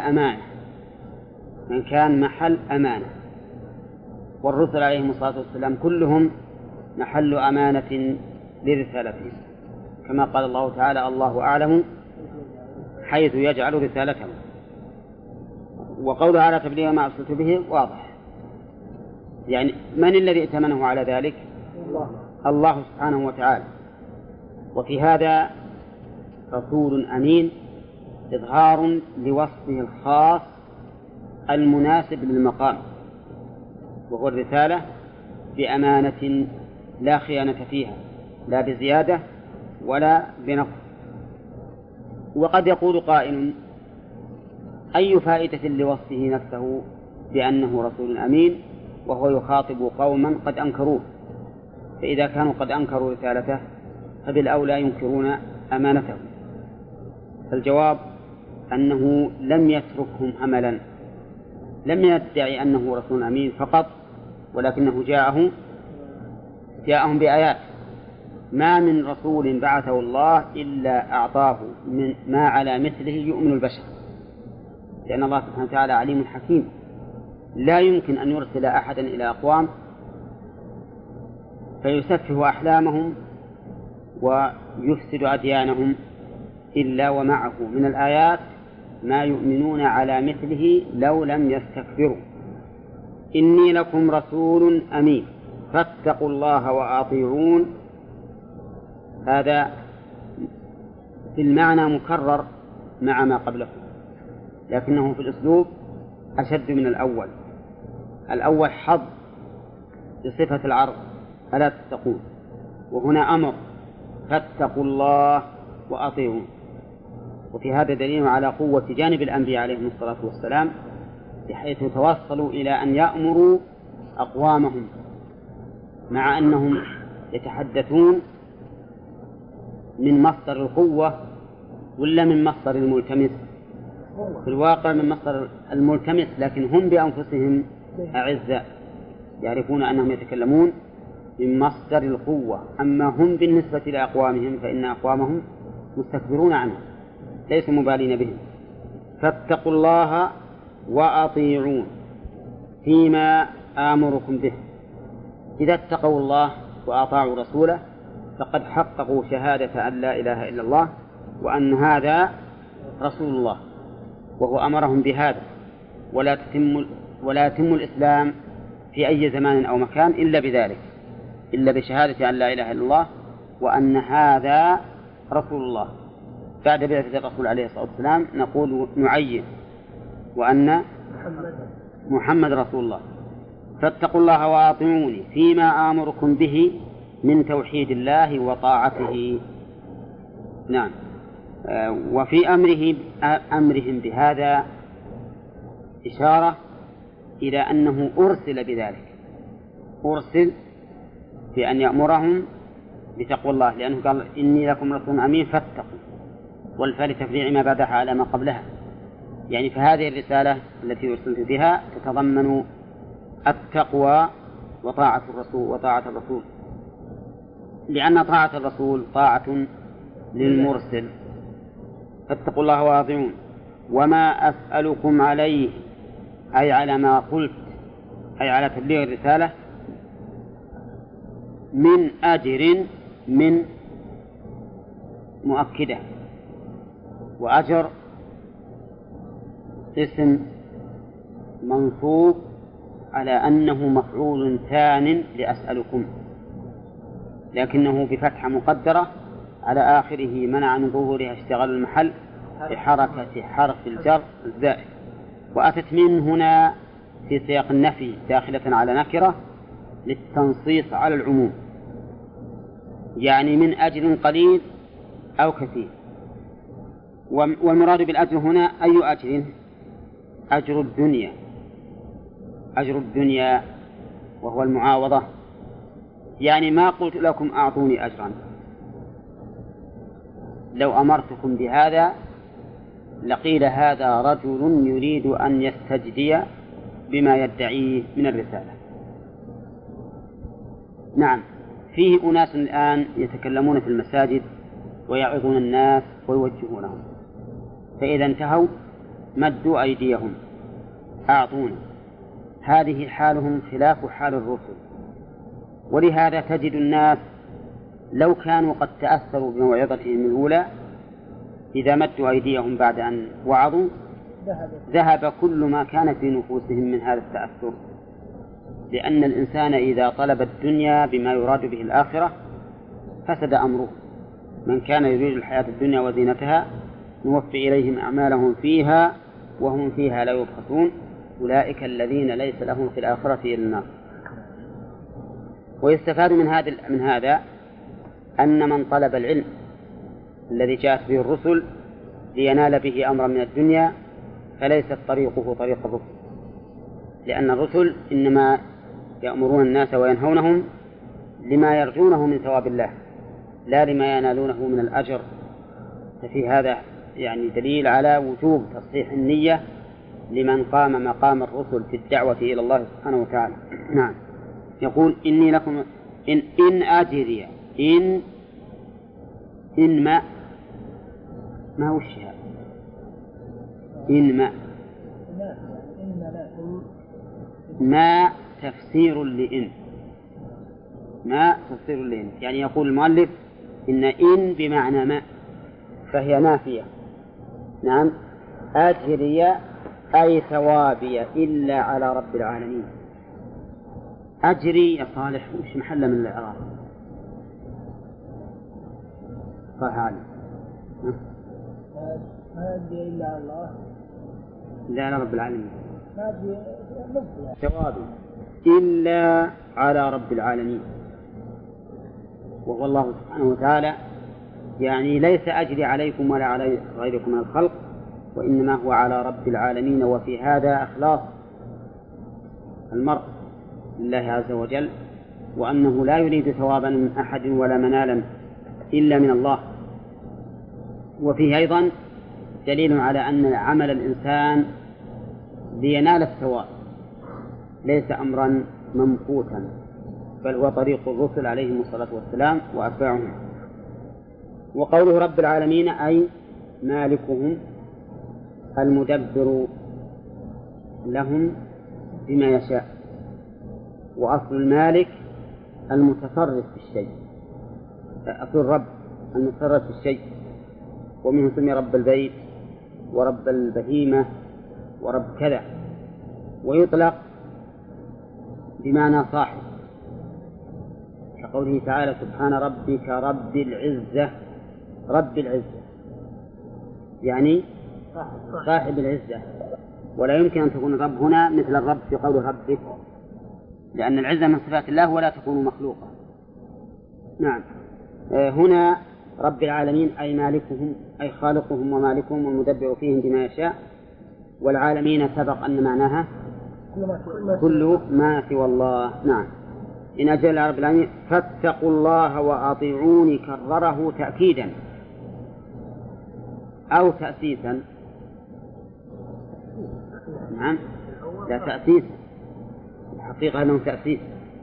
محل أمانة والرسل عليهم الصلاة والسلام كلهم محل أمانة لرسالتهم كما قال الله تعالى الله أعلم حيث يجعل رسالته. وقوله على تبليغ ما أرسلت به واضح، يعني من الذي ائتمنه على ذلك؟ الله سبحانه وتعالى. وفي هذا رسول أمين إظهار لوصفه الخاص المناسب للمقام، وهو الرسالة بأمانة لا خيانة فيها، لا بزيادة ولا بنقص. وقد يقول قائل أي فائدة لوصفه نفسه بأنه رسول أمين وهو يخاطب قوما قد أنكروه؟ فإذا كانوا قد أنكروا رسالته فبالأولى ينكرون أمانته. فالجواب أنه لم يتركهم هملا، لم يدعي أنه رسول أمين فقط، ولكنه جاءهم بآيات. ما من رسول بعثه الله إلا أعطاه من ما على مثله يؤمن البشر، لأن الله سبحانه وتعالى عليم حكيم، لا يمكن أن يرسل أحدا إلى أقوام فيسفه أحلامهم ويفسد أديانهم إلا ومعه من الآيات ما يؤمنون على مثله لو لم يستكبروا. إني لكم رسول أمين فاتقوا الله وأطيعون، هذا في المعنى مكرر مع ما قبله، لكنه في الأسلوب أشد من الأول. الأول حظ بصفة العرض ألا تتقون، وهنا أمر فاتقوا الله وأطيعون. وفي هذا دليل على قوة جانب الأنبياء عليهم الصلاة والسلام، بحيث توصلوا إلى أن يأمروا أقوامهم مع أنهم يتحدثون من مصدر القوة ولا من مصدر الملتمس؟ في الواقع من مصدر الملتمس، لكن هم بأنفسهم أعزاء يعرفون أنهم يتكلمون من مصدر القوة. أما هم بالنسبة لأقوامهم فإن أقوامهم مستكبرون عنهم ليسوا مبالين بهم. فاتقوا الله وأطيعون فيما آمركم به. إذا اتقوا الله وأطاعوا رسوله فقد حققوا شهادة أن لا إله إلا الله وأن هذا رسول الله، وهو أمرهم بهذا. ولا يتم الإسلام في أي زمان أو مكان إلا بذلك، إلا بشهادة أن لا إله إلا الله وأن هذا رسول الله. بعد بعثة الرسول عليه الصلاة والسلام نقول نعين وأن محمد رسول الله. فاتقوا الله وأطيعوني فيما آمركم به من توحيد الله وطاعته. نعم. وفي أمرهم بهذا إشارة إلى أنه أرسل بذلك، أرسل بأن يأمرهم بتقوى الله، لأنه قال إني لكم رسول أمين فاتقوا، والفاء لتفريع ما بعدها على ما قبلها. يعني فهذه الرسالة التي أرسلت بها تتضمن التقوى وطاعة الرسول، لأن طاعة الرسول طاعة للمرسل. فاتقوا الله وأطيعون وما أسألكم عليه، أي على ما قلت، أي على تبليغ الرسالة، من أجر، من مؤكدة، وأجر اسم منصوب على أنه مفعول ثان لأسألكم، لكنه بفتحة مقدرة على آخره منع من ظهورها اشتغال المحل بحركة حرف الجر الزائد. وأتت من هنا في سياق النفي داخلة على نكرة للتنصيص على العموم، يعني من أجر قليل أو كثير. والمراد بالأجر هنا أي أجر؟ أجر الدنيا، أجر الدنيا وهو المعاوضة. يعني ما قلت لكم أعطوني أجرا، لو أمرتكم بهذا لقيل هذا رجل يريد أن يستجدي بما يدعيه من الرسالة. نعم، فيه أناس الآن يتكلمون في المساجد ويعظون الناس ويوجهونهم، فإذا انتهوا مدوا أيديهم أعطونا. هذه حالهم خلاف حال الرسل، ولهذا تجد الناس لو كانوا قد تأثروا بموعظتهم الأولى إذا مدوا أيديهم بعد أن وعظوا ذهب كل ما كان في نفوسهم من هذا التأثر، لأن الإنسان إذا طلب الدنيا بما يراد به الآخرة فسد أمره. من كان يريد الحياة الدنيا وزينتها نوفي إليهم أعمالهم فيها وهم فيها لا يبخسون أولئك الذين ليس لهم في الآخرة إلا النار. ويستفاد من هذا أن من طلب العلم الذي جاءت به الرسل لينال به أمرا من الدنيا فليست طريقه طريق الرسل، لأن الرسل إنما يأمرون الناس وينهونهم لما يرجونه من ثواب الله لا لما ينالونه من الأجر. ففي هذا يعني دليل على وجوب تصحيح النية لمن قام مقام الرسل في الدعوة إلى الله سبحانه وتعالى. نعم. يقول إني لكم إن أجري إن ما وش هذا؟ إن ما تفسير لإن، ما تفسير لإن، يعني يقول المؤلف إن بمعنى ما فهي نافية. نعم. أجري أي ثوابي إلا على رب العالمين. أجري يا صالح وش محل من الإعراب؟ صح علي. ما أجري إلا على الله لا على رب العالمين. ما أجري ثوابي إلا على رب العالمين، وهو الله سبحانه وتعالى. يعني ليس أجري عليكم ولا على غيركم من الخلق، وإنما هو على رب العالمين. وفي هذا إخلاص المرء لله عز وجل، وأنه لا يريد ثوابا من أحد ولا منالا إلا من الله. وفيه أيضا دليل على أن عمل الإنسان لينال الثواب ليس أمرا ممقوتا، بل هو طريق الرسل عليهم الصلاة والسلام وأتباعهم. وقوله رب العالمين أي مالكهم المدبر لهم بما يشاء. وأصل المالك المتصرف في الشيء، أصل الرب المتصرف في الشيء، ومنه سمي رب البيت ورب البهيمة ورب كذا. ويطلق بمعنى صاحب، كقوله تعالى سبحان ربك رب العزة. رب العزة يعني صاحب العزة، ولا يمكن أن تكون الرب هنا مثل الرب في قول ربك، لأن العزة من صفات الله ولا تكون مخلوقة. نعم. هنا رب العالمين أي مالكهم أي خالقهم ومالكهم والمدبر فيهم بما يشاء. والعالمين سبق أن معناها كل ما سوى الله. نعم. إن أجل رب العالمين فاتقوا الله وأطيعوني كرره تأكيدا أو تأسيسا. نعم. لا تأسيس، الحقيقة أنه تأسيس،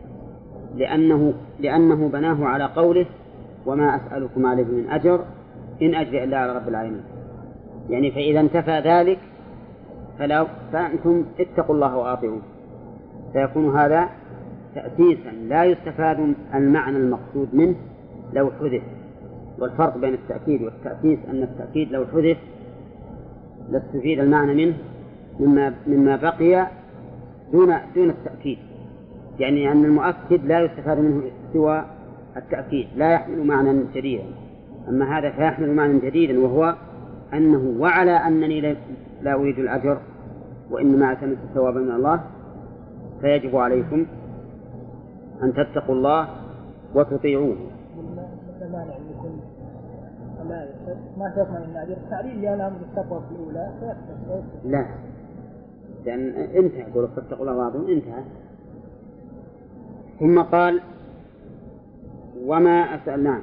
لأنه بناه على قوله وما أسألكم عليه من أجر إن أجري إلا على رب العالمين. يعني فإذا انتفى ذلك فأنتم اتقوا الله وأطيعوه، فيكون هذا تأسيسا لا يستفاد المعنى المقصود منه لو حذف. والفرق بين التأكيد والتأسيس أن التأكيد لو حذف لاستفيد المعنى منه مما بقي دون التأكيد، يعني أن المؤكد لا يستفاد منه سوى التأكيد، لا يحمل معنى جديدا. أما هذا فيحمل معنى جديدا، وهو أنه وعلى أنني لا أريد الأجر وإنما اعتمدت الثواب من الله، فيجب عليكم أن تتقوا الله وتطيعوه. ما تفهم أن الأجر تعليل لأنهم بالتقوى في الأولى لا، لأن انتهى قولوا فاتقوا الله وأطيعوه انتهى. ثم قال وما أسألنا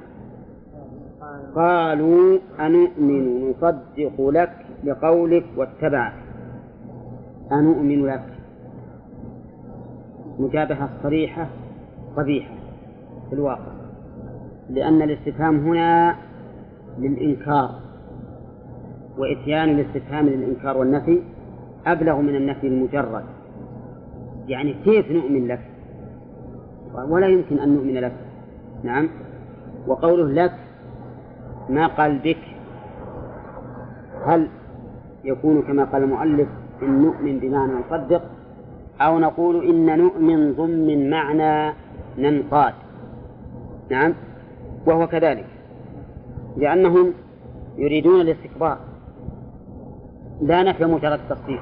قالوا أنؤمن نصدق لك لقولك واتبعك. أنؤمن لك مجابهة صريحة قبيحة في الواقع، لأن الاستفهام هنا للإنكار، وإتيان الاستفهام للإنكار والنفي أبلغ من النفي المجرد. يعني كيف نؤمن لك ولا يمكن أن نؤمن لك. نعم. وقوله لك ما قال بك، هل يكون كما قال المؤلف إن نؤمن بمعنى نصدق، أو نقول إن نؤمن ضمن معنى ننقاد؟ نعم، وهو كذلك، لأنهم يريدون الاستكبار لا نفي مجرد التصديق.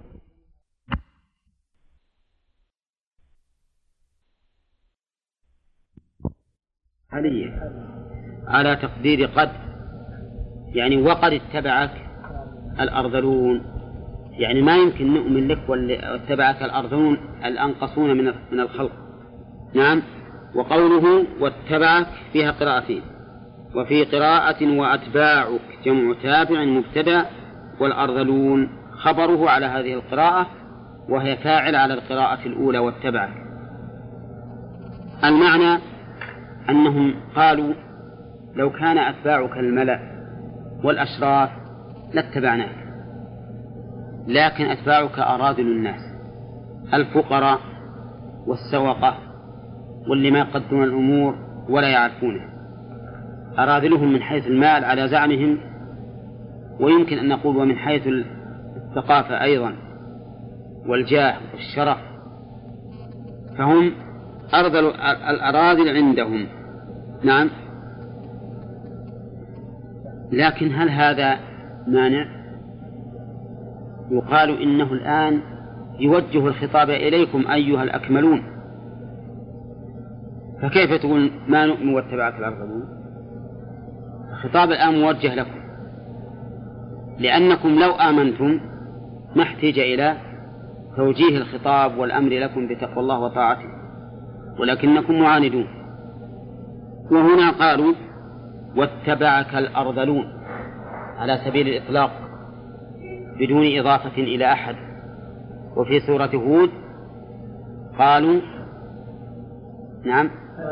حاليا على تقدير قد، يعني وقد اتبعك الأرذلون، يعني ما يمكن نؤمن لك واتبعك الأرذلون الأنقصون من الخلق. نعم. وقوله واتبعك فيها قراءتين، وفي قراءة وأتباعك جمع تابع مبتدأ، والأرذلون خبره على هذه القراءة، وهي فاعل على القراءة الأولى واتبعك. المعنى أنهم قالوا لو كان أتباعك الملأ والأشراف لاتبعناك، لكن أتباعك أراذل الناس، الفقراء والسوقة واللي ما يقدرون الأمور ولا يعرفونه، أراذلهم من حيث المال على زعمهم، ويمكن أن نقول ومن حيث الثقافة أيضا والجاه والشرف، فهم أرذل الأراذل عندهم. نعم. لكن هل هذا مانع؟ يقال إنه الآن يوجه الخطاب إليكم أيها الأكملون، فكيف تقول ما نؤمن واتبعك الأرذلون؟ الخطاب الآن موجه لكم، لأنكم لو آمنتم ما احتاج إلى توجيه الخطاب والأمر لكم بتقوى الله وطاعته، ولكنكم معاندون. وهنا قالوا واتبعك الأرذلون على سبيل الإطلاق بدون إضافة إلى أحد. وفي سورة هود قالوا نعم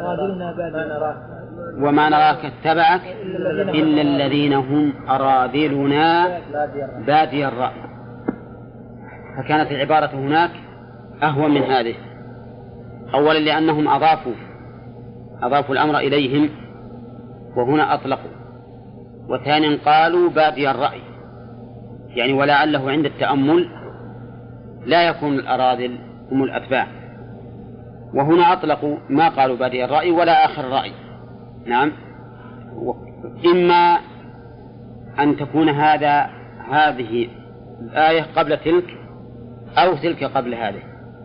وما نراك اتبعك إلا الذين هم أراذلنا بادي الرأي، فكانت العبارة هناك أهون من هذه. أولا لأنهم أضافوا الأمر إليهم وهنا أطلقوا، وثانيا قالوا بادي الرأي، يعني ولعله عند التأمل لا يكون الأراذل هم الأتباع، وهنا أطلقوا ما قالوا بادي الرأي ولا آخر الرأي. نعم. إما أن تكون هذه الآية قبل تلك أو تلك قبل هذه،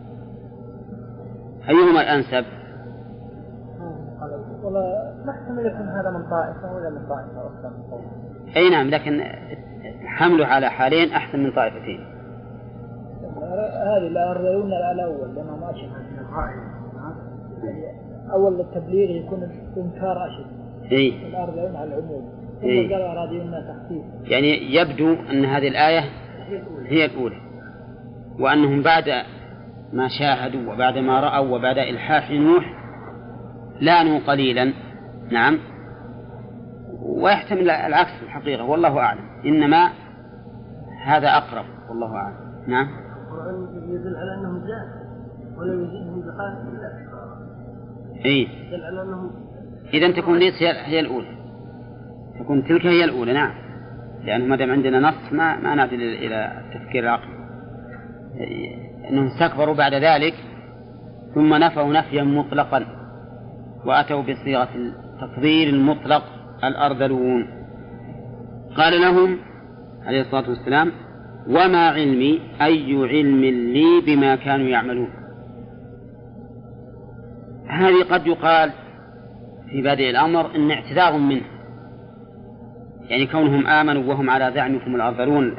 أيهما الأنسب؟ والله محتمل يكون هذا من طائفة ولا من طائفة أخرى. أي نعم، لكن حمله على حالين أحسن من طائفتين. هذه الأرذلون الأول لأنهم أشد من الرأي. أول التبليغ يكون إنكار أشد. الأرذلون على العموم. ثم قال أراذلون تخفيف. يعني يبدو أن هذه الآية هي الأولى، وأنهم بعد ما شاهدوا وبعد ما رأوا وبعد إلحاح نوح لانوا قليلا. نعم. ويحتمل العكس في الحقيقة والله أعلم، إنما هذا أقرب والله أعلم. نعم. القرآن يدل على أنهم زاد ولا يزيدهم بقاء إلا يدل على أنهم إذن تكون ليس هي الأولى، تكون تلك هي الأولى. نعم، لأنه ما دام عندنا نص ما نعدل إلى التفكير العقلي. أنهم استكبروا بعد ذلك ثم نفوا نفيا مطلقا وأتوا بصيغة التفضيل المطلق الأرذلون. قال لهم عليه الصلاة والسلام وما علمي أي علم لي بما كانوا يعملون. هذه قد يقال في بادئ الأمر إن اعتذار منه، يعني كونهم آمنوا وهم على زعمكم الأرذلون.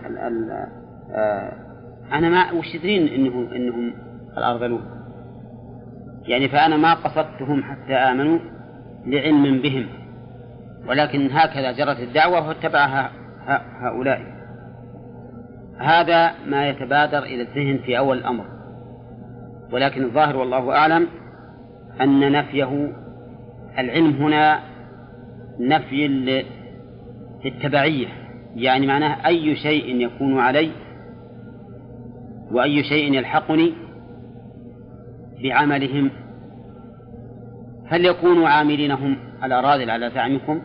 أنا ما وش يدرين إنهم الأرذلون، يعني فأنا ما قصدتهم حتى آمنوا لعلم بهم، ولكن هكذا جرت الدعوة واتبعها هؤلاء. هذا ما يتبادر إلى الذهن في أول الأمر، ولكن الظاهر والله أعلم أن نفيه العلم هنا نفي للتبعية، يعني معناه أي شيء يكون علي وأي شيء يلحقني بعملهم، هل يكونوا عاملين هم الأراذل على زعمكم،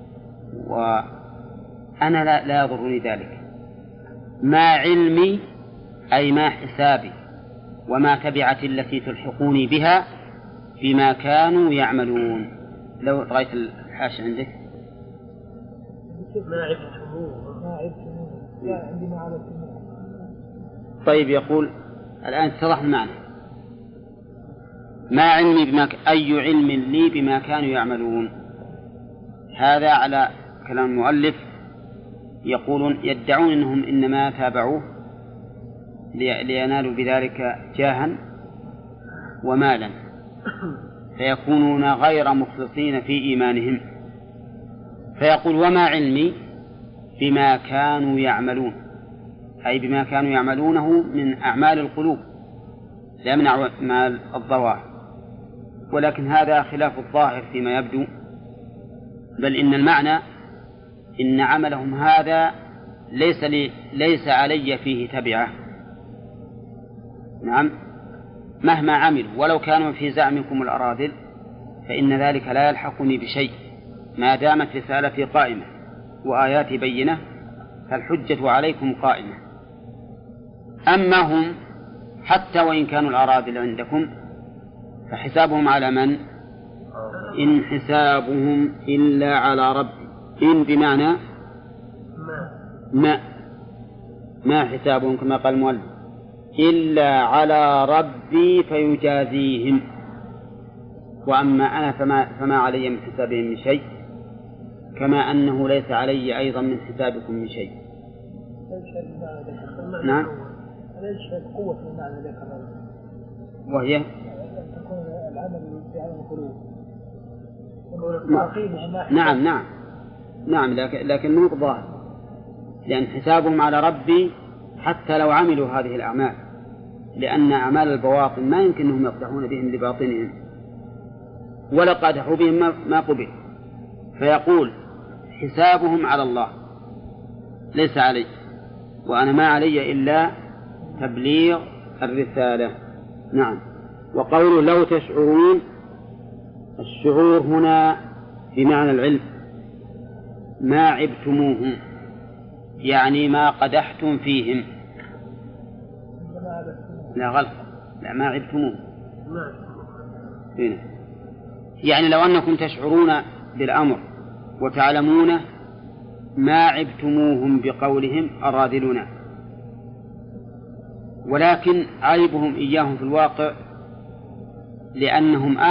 وأنا لا يضرني ذلك. ما علمي أي ما حسابي وما تبعتي التي تلحقوني بها بما كانوا يعملون. لو رأيت الحاشة عندك ما عبتموه لا عندي ما عبتموه. طيب يقول الآن اتضح المعنى. ما علمي أي علم لي بما كانوا يعملون. هذا على كلام المؤلف، يقولون يدعون أنهم إنما تابعوه لينالوا بذلك جاها ومالا، فيكونون غير مخلصين في إيمانهم. فيقول وما علمي بما كانوا يعملون، أي بما كانوا يعملونه من أعمال القلوب لا من أعمال الظواهر، ولكن هذا خلاف الظاهر فيما يبدو، بل إن المعنى إن عملهم هذا ليس علي فيه تبعة. نعم، مهما عملوا ولو كانوا في زعمكم الأراذل فإن ذلك لا يلحقني بشيء ما دامت رسالتي قائمة وآياتي بينة، فالحجة عليكم قائمة. أما هم حتى وإن كانوا الأراذل عندكم فحسابهم على من؟ إن حسابهم إلا على ربي. إن بمعنى ما حسابهم كما قال المؤلف إلا على ربي فيجازيهم. وأما أنا فما علي من حسابهم من شيء، كما أنه ليس علي أيضا من حسابكم من شيء. نعم، قوة المعنى ذاك وهي تكون العمل في عالم القلوب. نعم لكن مو ظاهر، لأن حسابهم على ربي حتى لو عملوا هذه الأعمال، لأن أعمال البواطن ما يمكن أنهم يقدحون بهم لباطنهم، ولا قادحوا بهم ما قبل. فيقول حسابهم على الله ليس علي، وأنا ما علي إلا تبليغ الرسالة. نعم. وقوله لو تشعرون، الشعور هنا بمعنى العلم. ما عبتموهم يعني ما قدحتم فيهم. لا غلط، لا ما عبتموهم يعني لو أنكم تشعرون بالأمر وتعلمونه ما عبتموهم بقولهم أراذلنا، ولكن عيبهم إياهم في الواقع لأنهم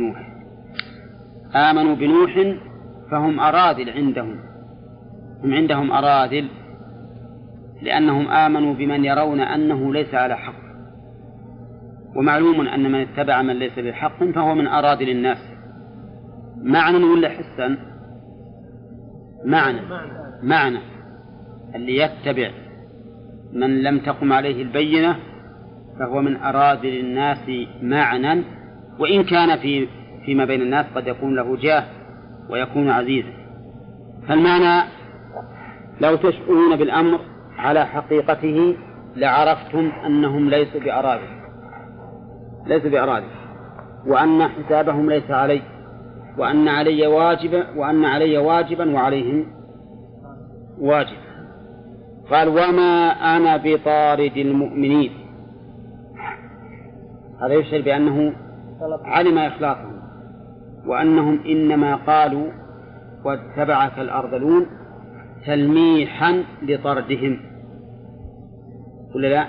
آمنوا بنوح فهم أراذل عندهم، هم عندهم أراذل لأنهم آمنوا بمن يرون أنه ليس على حق، ومعلوم أن من اتبع من ليس بحق فهو من أراذل الناس. معنى ولا حسا؟ معنى اللي يتبع من لم تقم عليه البينة فهو من أراذل الناس معنى، وإن كان فيما بين الناس قد يكون له جاه ويكون عزيزا. فالمعنى لو تشعرون بالأمر على حقيقته لعرفتم أنهم ليسوا بأراذل، وأن حسابهم ليس علي، وأن علي واجبا وعليهم واجب. قال وما أنا بطارد المؤمنين. هذا يشعر بأنه علم إخلاصهم، وأنهم إنما قالوا واتبعك الأرذلون تلميحا لطردهم، ولا لا؟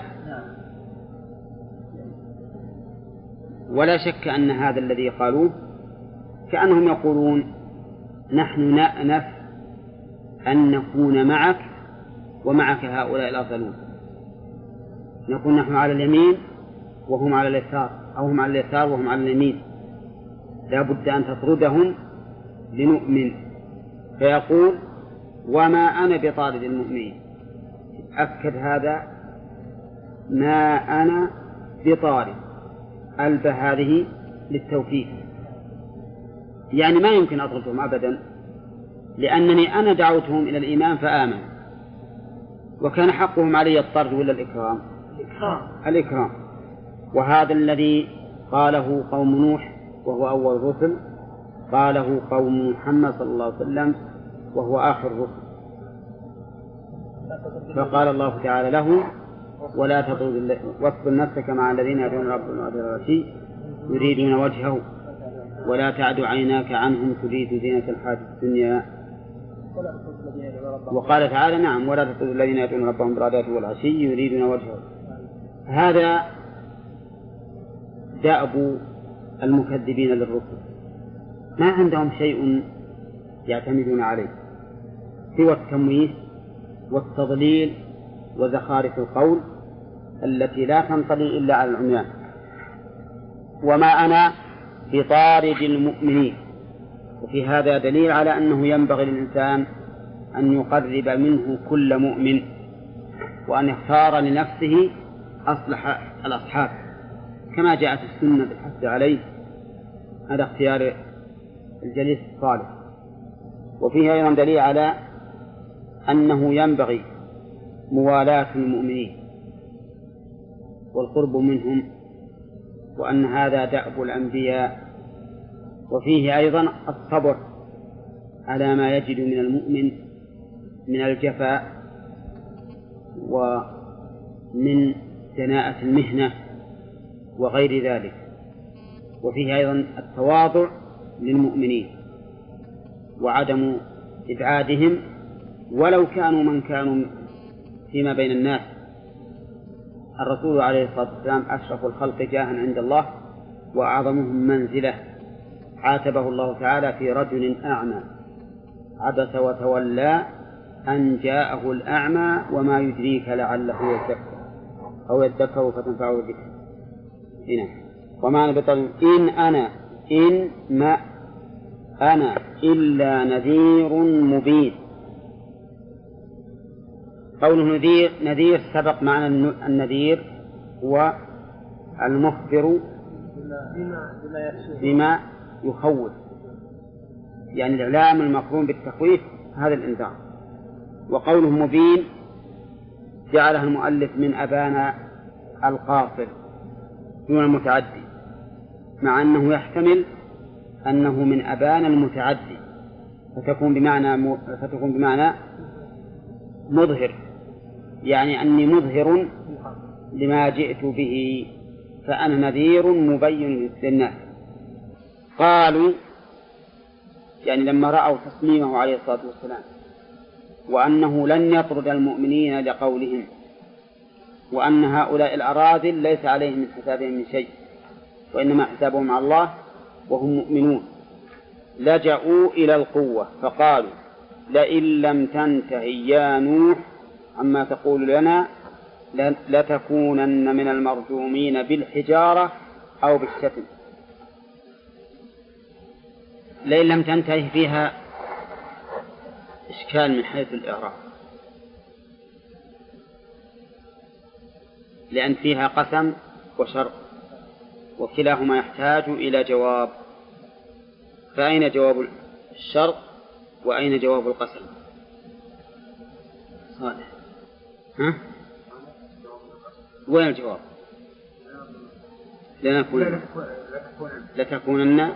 ولا شك أن هذا الذي قالوه كأنهم يقولون نحن نأنف أن نكون معك ومعك هؤلاء الأرذلون، نكون نحن على اليمين وهم على اليسار، أو هم على اليسار وهم على اليمين، لا بد أن تطردهم لنؤمن. فيقول وما أنا بطارد المؤمنين، أكد هذا ما أنا بطارد، ألبى هذه للتوكيد، يعني ما يمكن أطردهم أبدا، لأنني أنا دعوتهم إلى الإيمان فآمنوا، وكان حقهم علي الطرد ولا الإكرام؟ الإكرام. وهذا الذي قاله قوم نوح وهو أول الرسل، قاله قوم محمد صلى الله عليه وسلم وهو آخر الرسل. فقال الله تعالى له: ولا تطرد واصبر نفسك مع الذين يدعون ربهم بالغداة يريدون وجهه ولا تعد عيناك عنهم تريد زينة الحياة الدنيا. وقال تعالى: نعم، ولا تطرد الذين يدعون ربهم بالغداة والعشي يريدون وجهه. هذا دأب المكذبين للرسل، ما عندهم شيء يعتمدون عليه سوى التمويه والتضليل وزخارف القول التي لا تنطلي إلا على العميان. وما أنا بطارد المؤمنين. وفي هذا دليل على أنه ينبغي للإنسان أن يقرب منه كل مؤمن، وأن يختار لنفسه أصلح الأصحاب، كما جاءت السنة بالحث عليه على اختيار الجليس الصالح. وفيه أيضا دليل على أنه ينبغي موالاة المؤمنين والقرب منهم، وأن هذا دأب الأنبياء. وفيه أيضا الصبر على ما يجد من المؤمن من الجفاء ومن دناءة المهنة وغير ذلك. وفيه أيضا التواضع للمؤمنين وعدم إبعادهم ولو كانوا من كانوا فيما بين الناس. الرسول عليه الصلاة والسلام أشرف الخلق جاها عند الله وأعظمهم منزلة، عاتبه الله تعالى في رجل أعمى عبس وتولى أن جاءه الأعمى وما يدريك لعله يذكر أو يذكر فتنفعه الذكر. هنا وما أنا بطل إن ما أنا إلا نذير مبين. قوله نذير سبق معنى النذير هو المخبر بما يخوف، يعني الإعلام المقرون بالتخويف، هذا الإنذار. وقوله مبين جعله المؤلف من أبان القاصر دون المتعدي، مع أنه يحتمل أنه من أبان المتعدي فتكون بمعنى مظهر، يعني أني مظهر لما جئت به، فأنا نذير مبين للناس. قالوا يعني لما رأوا تصميمه عليه الصلاة والسلام وأنه لن يطرد المؤمنين لقولهم، وأن هؤلاء الأراذل ليس عليهم من حسابهم من شيء وإنما حسابهم على الله وهم مؤمنون، لجأوا إلى القوة فقالوا: لئن لم تنتهي يا نوح عما تقول لنا لتكونن من المرجومين بالحجارة أو بالشتم. لئن لم تنتهي فيها إشكال من حيث الإعراب، لأن فيها قسم وشرط وكلاهما يحتاج إلى جواب، فأين جواب الشرط وأين جواب القسم؟ صالح، ها؟ وين الجواب؟ لتكونن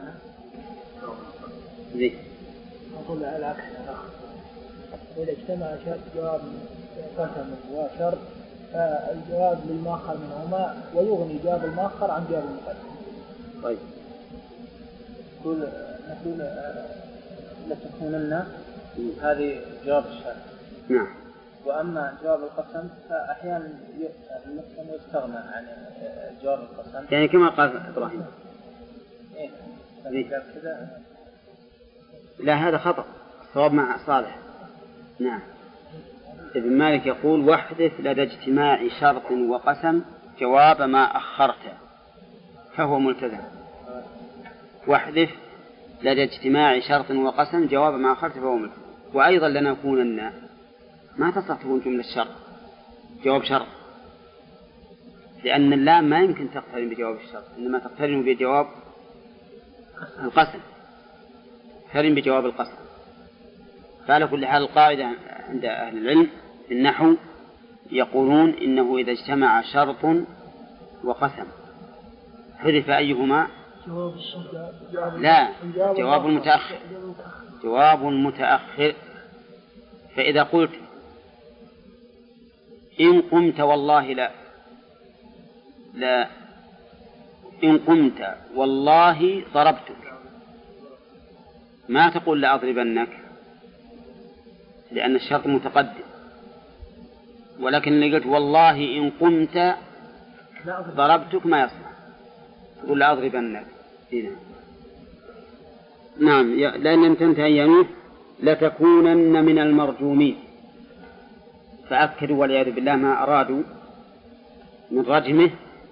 زي أقول العكس، إذا اجتمع جواب قسم وشرط فالجواب للمؤخر منهما ويغني جواب المؤخر عن جواب المقدم. طيب نقول لتكونن هذه جواب الشرط. نعم. وأما جواب القسم فأحيانا المقسم يستغنى عن جواب القسم، يعني كما قال إبراهيم. كذا. لا هذا خطأ، الصواب مع صالح. نعم. ابن مالك يقول: واحدث لدى اجتماع شرط وقسم جواب ما أخرته فهو ملتزم. واحدث لدى اجتماع شرط وقسم جواب ما أخرته فهو ملتزم. وأيضا لنكونن ما تصح تكون جملة شرط جواب شرط، لأن اللام ما يمكن تقترن بجواب الشرط، إنما تقترن بجواب القسم، تقترن بجواب القسم. فعلى كل حال القاعدة عند أهل العلم في النحو يقولون إنه إذا اجتمع شرط وقسم حذف أيهما لا، جواب المتأخر. جواب المتأخر. فإذا قلت إن قمت والله لا إن قمت والله ضربتك، ما تقول لأضربنك، لأن الشرط متقدم. ولكن اللي قلت والله إن قمت ضربتك ما يصلح، تقول لأضربنك. نعم، لأن تنتهي يمين لتكونن من المرجومين. فأكدوا والعياذ بالله ما أرادوا من رجمه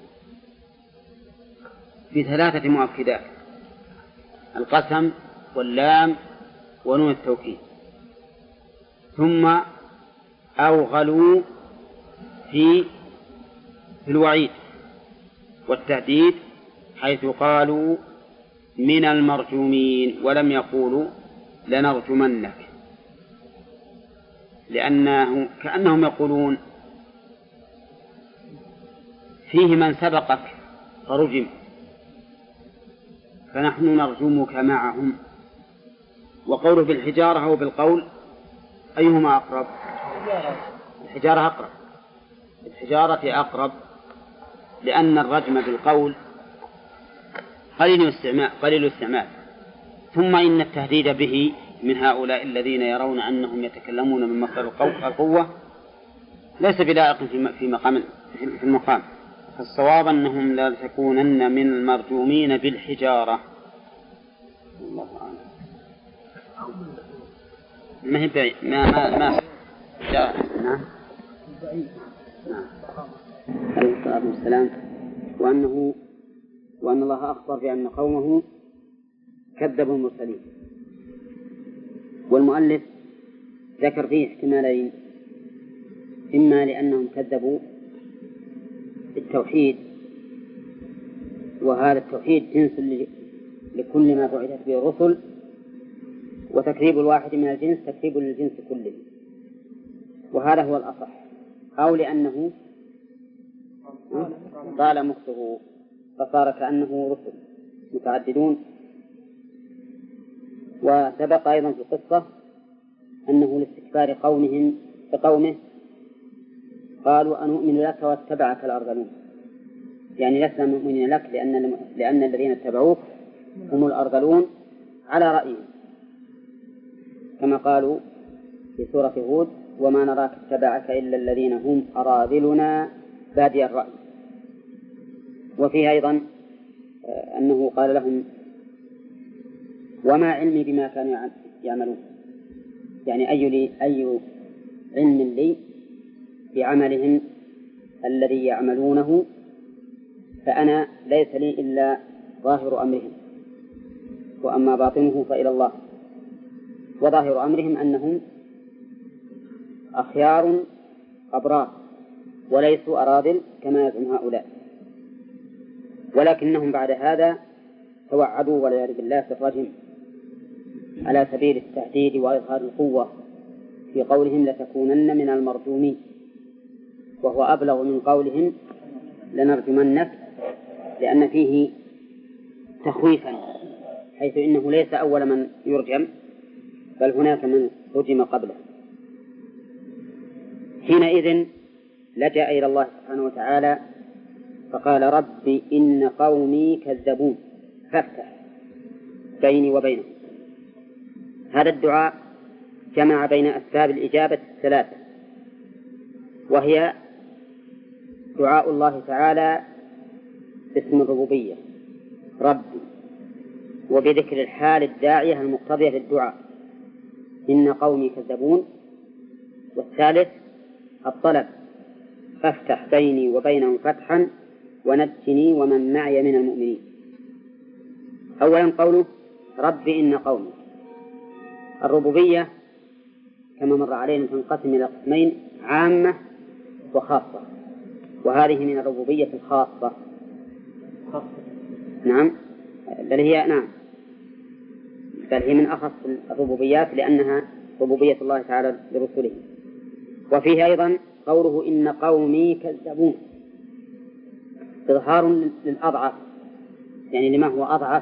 بثلاثة مؤكدات: القسم واللام ونون التوكيد. ثم أوغلوا في الوعيد والتهديد، حيث قالوا من المرجومين ولم يقولوا لنرجمنك، لأنه كأنهم يقولون فيه من سبقك فرجم، فنحن نرجمك معهم. وقوله بالحجارة أو بالقول أيهما أقرب؟ الحجارة أقرب. الحجارة أقرب، لأن الرجم بالقول قليل الاستعمال. ثم إن التهديد به من هؤلاء الذين يرون أنهم يتكلمون من مصدر القوة ليس بلائق في المقام. فالصواب أنهم لا تكونن من المرجومين بالحجارة. الله أعلم. ما هي بعيد، ما نعم. عليه الصلاة والسلام. وأن الله أخبر بأن قومه كذبوا المرسلين. والمؤلف ذكر فيه احتمالين: إما لأنهم كذبوا التوحيد، وهذا التوحيد جنس لكل ما بعثت به الرسل، وتكذيب الواحد من الجنس تكذيب للجنس كله، وهذا هو الأصح. أو لأنه طال مكثه فصار كأنه رسل متعددون. وسبق أيضا في القصة أنه لاستكبار قومه قالوا أنؤمن لك واتبعك الأرذلون، يعني لسنا مؤمنين لك لأن الذين اتبعوك هم الأرذلون على رأيهم، كما قالوا في سورة هود: وما نراك اتبعك إلا الذين هم أراذلنا بادي الرأي. وفيه أيضا أنه قال لهم: وما علمي بما كانوا يعملون، يعني أي علم لي بعملهم الذي يعملونه، فأنا ليس لي إلا ظاهر أمرهم، وأما باطنه فإلى الله. وظاهر أمرهم أنهم أخيار أبرار وليسوا أراذل كما يزعم هؤلاء، ولكنهم بعد هذا توعدوا والعياذ بالله بالرجم على سبيل التهديد وإظهار القوة في قولهم لتكونن من المرجومين، وهو أبلغ من قولهم لنرجمنك، لأن فيه تخويفا، حيث إنه ليس أول من يرجم بل هناك من رجم قبله. حينئذ لجأ إلى الله سبحانه وتعالى فقال: رب إن قومي كذبون فافتح بيني وبينهم. هذا الدعاء جمع بين أسباب الإجابة الثلاثة، وهي دعاء الله تعالى باسم الربوبية ربي، وبذكر الحال الداعية المقتضية للدعاء إن قومي كذبون، والثالث الطلب فافتح بيني وبينهم فتحا ونجني ومن معي من المؤمنين. أولا قوله رب إن قومي. الربوبية كما مر علينا تنقسم إلى قسمين: عامة وخاصة، وهذه من الربوبية الخاصة. نعم، بل هي من أخص الربوبيات، لأنها ربوبية الله تعالى لرسله. وفيه أيضا قوله إن قومي كذبون، إظهار للأضعف يعني لما هو أضعف،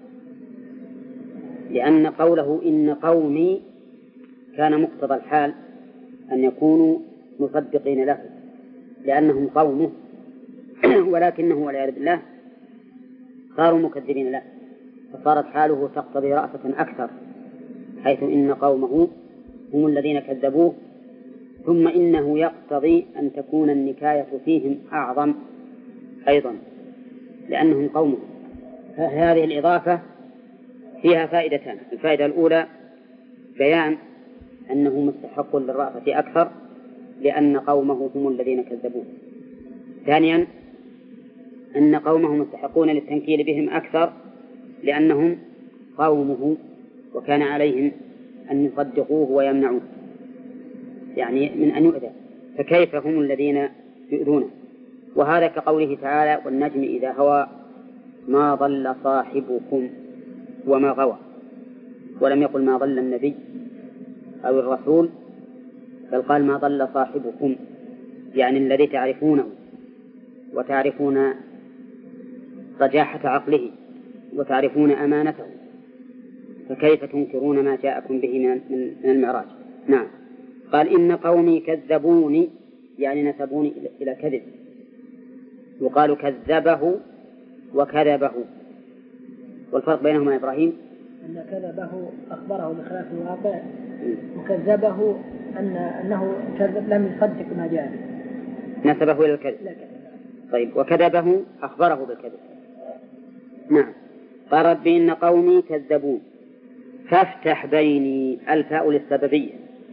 لأن قوله إن قومي كان مقتضى الحال أن يكونوا مصدقين له لأنهم قومه، ولكنه والعياذ بالله صاروا مكذبين له، فصارت حاله تقتضي رأفة أكثر، حيث إن قومه هم الذين كذبوه، ثم إنه يقتضي أن تكون النكاية فيهم أعظم أيضا لأنهم قومه. هذه الإضافة فيها فائدتان: الفائدة الأولى بيان أنه مستحق للرأفة أكثر لأن قومه هم الذين كذبوه. ثانيا أن قومه مستحقون للتنكيل بهم أكثر لأنهم قومه وكان عليهم أن يصدقوه ويمنعوه، يعني من أن يؤذى، فكيف هم الذين يؤذونه؟ وهذا كقوله تعالى: والنجم إذا هوى ما ضل صاحبكم وما غوى، ولم يقل ما ضل النبي أو الرسول، بل قال ما ضل صاحبكم، يعني الذي تعرفونه وتعرفون رجاحة عقله وتعرفون أمانته، فكيف تنكرون ما جاءكم به من المعراج؟ نعم. قال إن قومي كذبوني، يعني نسبوني إلى كذب، يقال كذبه وكذبه. والفرق بينهما إبراهيم أن كذبه أخبره بخلاف الواقع، وكذبه أنه لم يصدق ما جاء به، نسبه إلى الكذب. طيب، وكذبه أخبره بالكذب. نعم. قال رب إن قومي كذبون فافتح بيني، الفاء للسببية،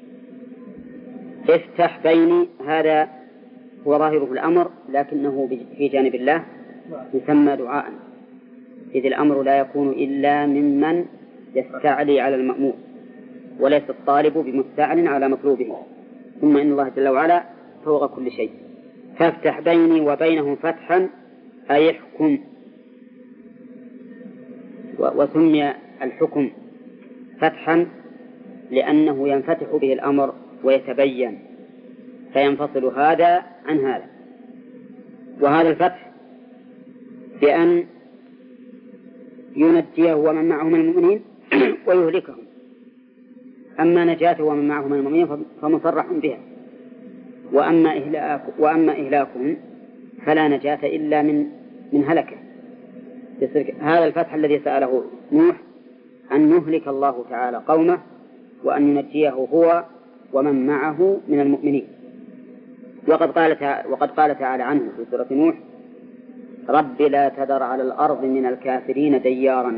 افتح بيني هذا هو ظاهره الأمر، لكنه في جانب الله يسمى دعاء، إذ الأمر لا يكون إلا ممن يستعلي على المأمور، وليس الطالب بمستعل على مطلوبه، ثم إن الله جل وعلا فوق كل شيء. فافتح بيني وبينهم فتحا أي احكم، وسمي الحكم فتحا لأنه ينفتح به الأمر ويتبين، فينفصل هذا عن هذا. وهذا الفتح بأن ينجيه ومن معه من المؤمنين ويهلكهم، أما نجاته ومن معه من المؤمنين فمصرح بها، وأما إهلاكهم فلا نجاة إلا من هلكه. هذا الفتح الذي سأله نوح أن يهلك الله تعالى قومه وأن ينجيه هو ومن معه من المؤمنين. وقد قال تعالى عنه في سورة نوح: رب لا تذر على الأرض من الكافرين ديارا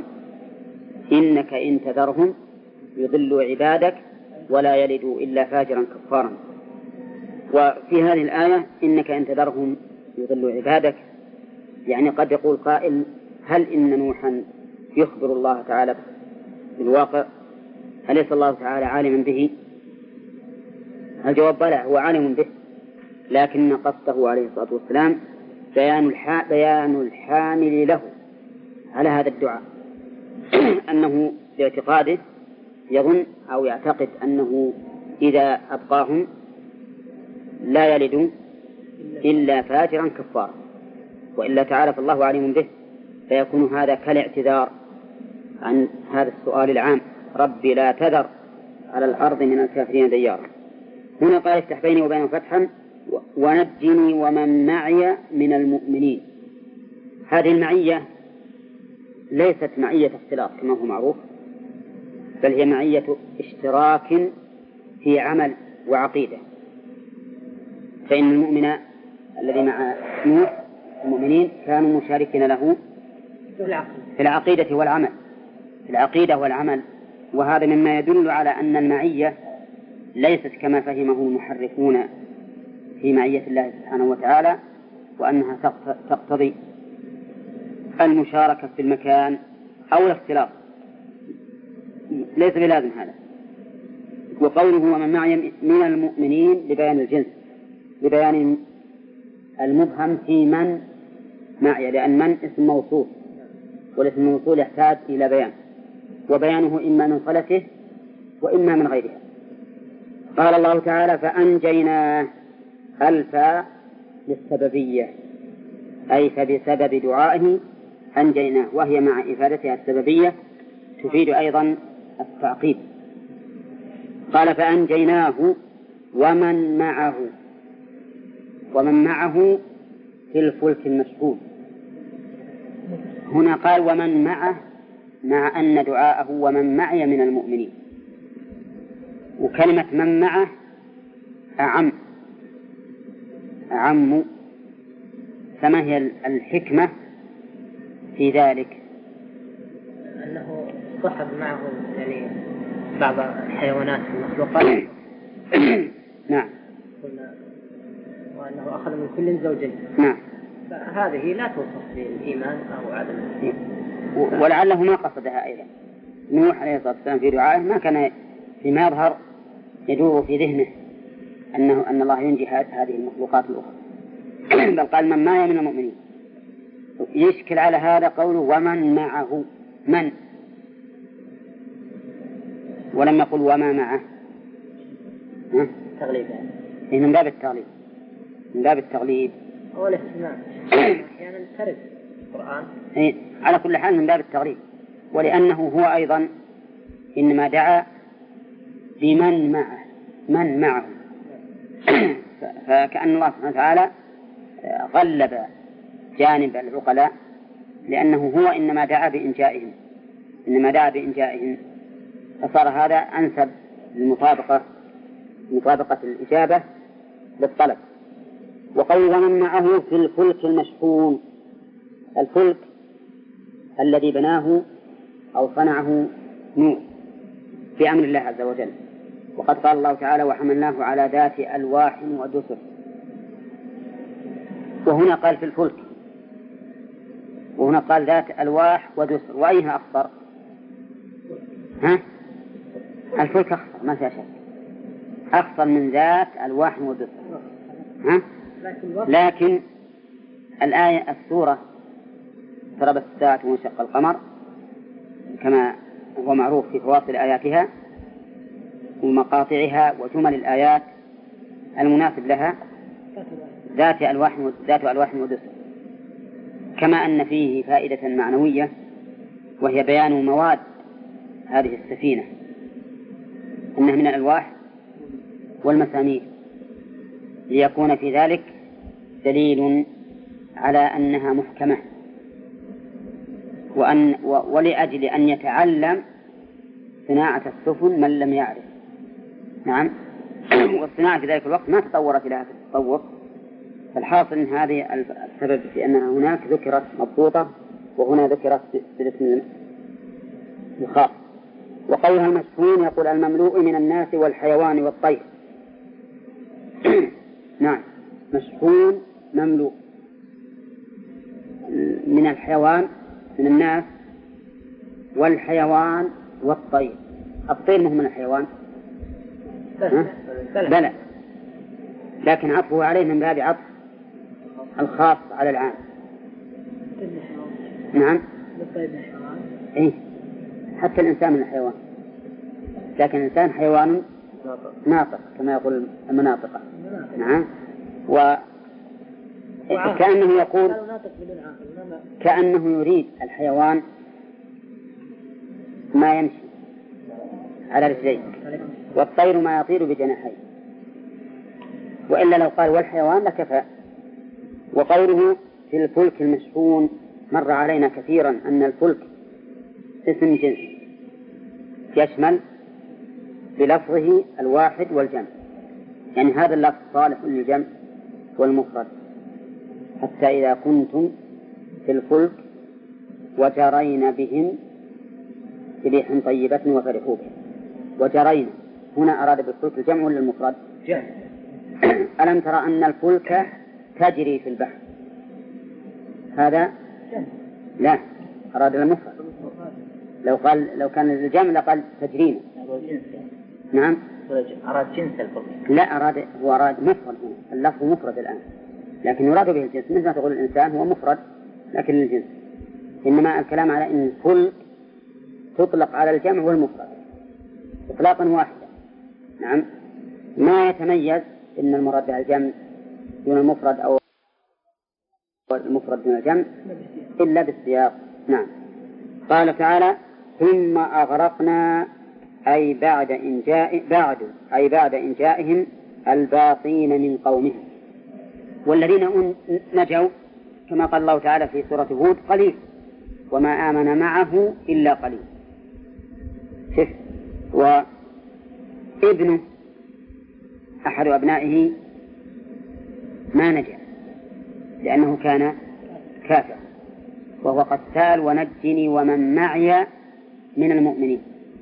إنك إن تذرهم يضلوا عبادك ولا يلدوا إلا فاجرا كفارا. وفي هذه الآية إنك إن تذرهم يضلوا عبادك، يعني قد يقول قائل: هل إن نوحا يخبر الله تعالى بالواقع؟ أليس الله تعالى عالما به؟ الجواب بلى، هو عالم به، لكن قصده عليه الصلاة والسلام بيان الحامل له على هذا الدعاء أنه باعتقاده يظن أو يعتقد أنه إذا أبقاهم لا يلد إلا فاجرا كفارا، وإلا تعالى فالله عليم به، فيكون هذا كالاعتذار عن هذا السؤال العام: ربي لا تذر على الأرض من الكافرين ديارا. هنا قال: افتح بيني وبينهم فتحا ونجني ومن معي من المؤمنين. هذه المعية ليست معية اختلاط كما هو معروف، بل هي معية اشتراك في عمل وعقيدة، فإن المؤمن الذي مع نوح المؤمنين كانوا مشاركين له في العقيدة والعمل، في العقيدة والعمل. وهذا مما يدل على أن المعية ليست كما فهمه المحرفون في معية الله سبحانه وتعالى، وأنها تقتضي المشاركة في المكان أو الاختلاط، ليس بلازم هذا. وقوله ومن معي من المؤمنين لبيان الجنس، لبيان المبهم في من معي، لأن من اسم موصول، والاسم الموصول يحتاج إلى بيان، وبيانه إما من صلته وإما من غيرها. قال الله تعالى: فأنجيناه، الفاء للسببية، أي فبسبب دعائه أنجيناه، وهي مع إفادتها السببية تفيد أيضا التعقيب. قال فأنجيناه ومن معه في الفلك المشحون. هنا قال ومن معه، مع أن دعاءه ومن معي من المؤمنين، وكلمة من معه أعم. فما هي الحكمة في ذلك؟ أنه صحب معه يعني بعض الحيوانات والمخلوقات. نعم. وأنه أخذ من كل زوج. نعم. فهذه لا توصف بالإيمان أو عدم الإيمان. ولعله ما قصدها أيضا. نوح عليه الصلاة والسلام في دعائه ما كان فيما يظهر يدور في ذهنه أن الله ينجي هذه المخلوقات الأخرى، بل قال من معي من المؤمنين. يشكل على هذا قوله ومن معه، من، ولم يقل وما معه. تغليب من باب التغليب، من باب التغليب أو الاهتمام. أحيانا ترد القرآن على كل حال من باب التغليب، ولأنه هو أيضا إنما دعا بمن معه، من معه. فكأن الله سبحانه وتعالى غلب جانب العقلاء، لأنه هو إنما دعا بإنجائهم، فصار هذا أنسب لمطابقة الإجابة للطلب. وقول ومن معه في الفلك المشحون، الفلك الذي بناه أو صنعه نوح في أمر الله عز وجل. وقد قال الله تعالى وحملناه على ذات ألواح ودسر، وهنا قال في الفلك، وهنا قال ذات ألواح ودسر، وأيها أخطر؟ الفلك أخطر ما فيها شك، أخطر من ذات ألواح ودسر. لكن الآية السورة اقتربت الساعة وانشق القمر كما هو معروف في فواصل آياتها ومقاطعها وجمل الآيات المناسب لها ذات ألواح ودسر، كما أن فيه فائدة معنوية وهي بيان مواد هذه السفينة، أنها من الألواح والمسامير، ليكون في ذلك دليل على أنها محكمة، ولأجل أن يتعلم صناعة السفن من لم يعرف. نعم. والصناعة في ذلك الوقت ما تطورت إلى هذا التطور، فالحاصل أن هذه السبب في أنها هناك ذكرت مضبوطة وهنا ذكرت بالاسم الخاص. وقولها المشحون يقول المملوء من الناس والحيوان والطير. نعم، مشحون مملوء من الحيوان، من الناس والحيوان والطير. الطير مهم من الحيوان بلى، لكن عطفه عليه من باب عطف الخاص على العام. نعم. إيه؟ حتى الإنسان من الحيوان، لكن الإنسان حيوان ناطق كما يقول المناطقة. نعم. وكأنه يقول كأنه يريد الحيوان ما يمشي على رجليه، والطير ما يطير بجناحيه، وإلا لو قال والحيوان لكفى. وقوله في الفلك المشحون مر علينا كثيرا أن الفلك اسم جنس يشمل بلفظه الواحد والجمع، يعني هذا اللفظ صالح للجمع والمفرد. حتى إذا كنتم في الفلك وجرين بهم بريح طيبة وفرحوا بها. وجرين هنا أراد بالفلك الجمع ولا المفرد؟ جمع. ألم ترى أن الفلك تجري في البحر؟ هذا لا، أراد المفرد. لو كان الجمع لقال تجرين. نعم. أراد جنس الفلك. لا، هو أراد مفرد هنا، اللفظ مفرد الآن، لكن يراد به الجنس، مثل ما تقول الإنسان هو مفرد لكن الجنس. إنما الكلام على أن الفلك تطلق على الجمع والمفرد إطلاقا واحدا. نعم. ما يتميز إن المراد بالجمع دون المفرد أو المفرد دون الجمع إلا بالسياق. نعم. قال تعالى ثم أغرقنا أي بعد إنجائهم الباقين من قومهم. والذين نجوا كما قال الله تعالى في سورة هود قليل وما آمن معه إلا قليل. شف وابنه أحد أبنائه ما نجا لأنه كان كافر وهو قتال ونجني ومن معي من المؤمنين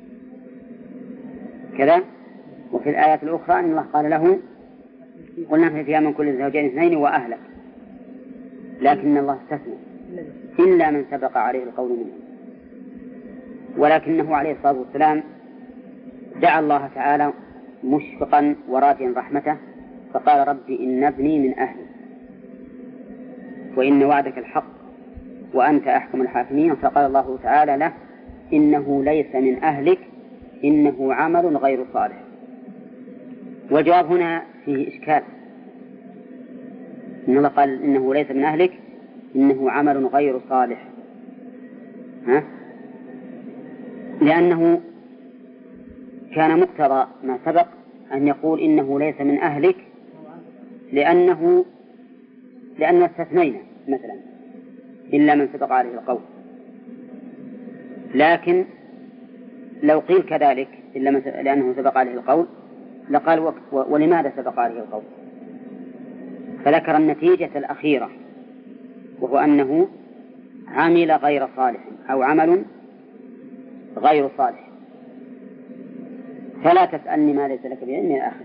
كذا. وفي الآيات الأخرى أن الله قال له قلنا اهبط فيها من كل زوجين اثنين وأهلك، لكن الله استثنى إلا من سبق عليه القول منه. ولكنه عليه الصلاة والسلام دعا الله تعالى مشفقا وراجيا رحمته فقال رب إن ابني من أهلي وإن وعدك الحق وأنت أحكم الحاكمين. فقال الله تعالى له إنه ليس من أهلك إنه عمل غير صالح. والجواب هنا فيه إشكال، إن الله قال إنه ليس من أهلك إنه عمل غير صالح، لأنه كان مقتضى ما سبق أن يقول إنه ليس من أهلك لأنه استثنينا مثلا إلا من سبق عليه القول. لكن لو قيل كذلك إلا لأنه سبق عليه القول لقال ولماذا سبق عليه القول؟ فذكر النتيجة الأخيرة وهو أنه عمل غير صالح أو عمل غير صالح. فلا تسألني ما ليس لك بعلم إلى آخره.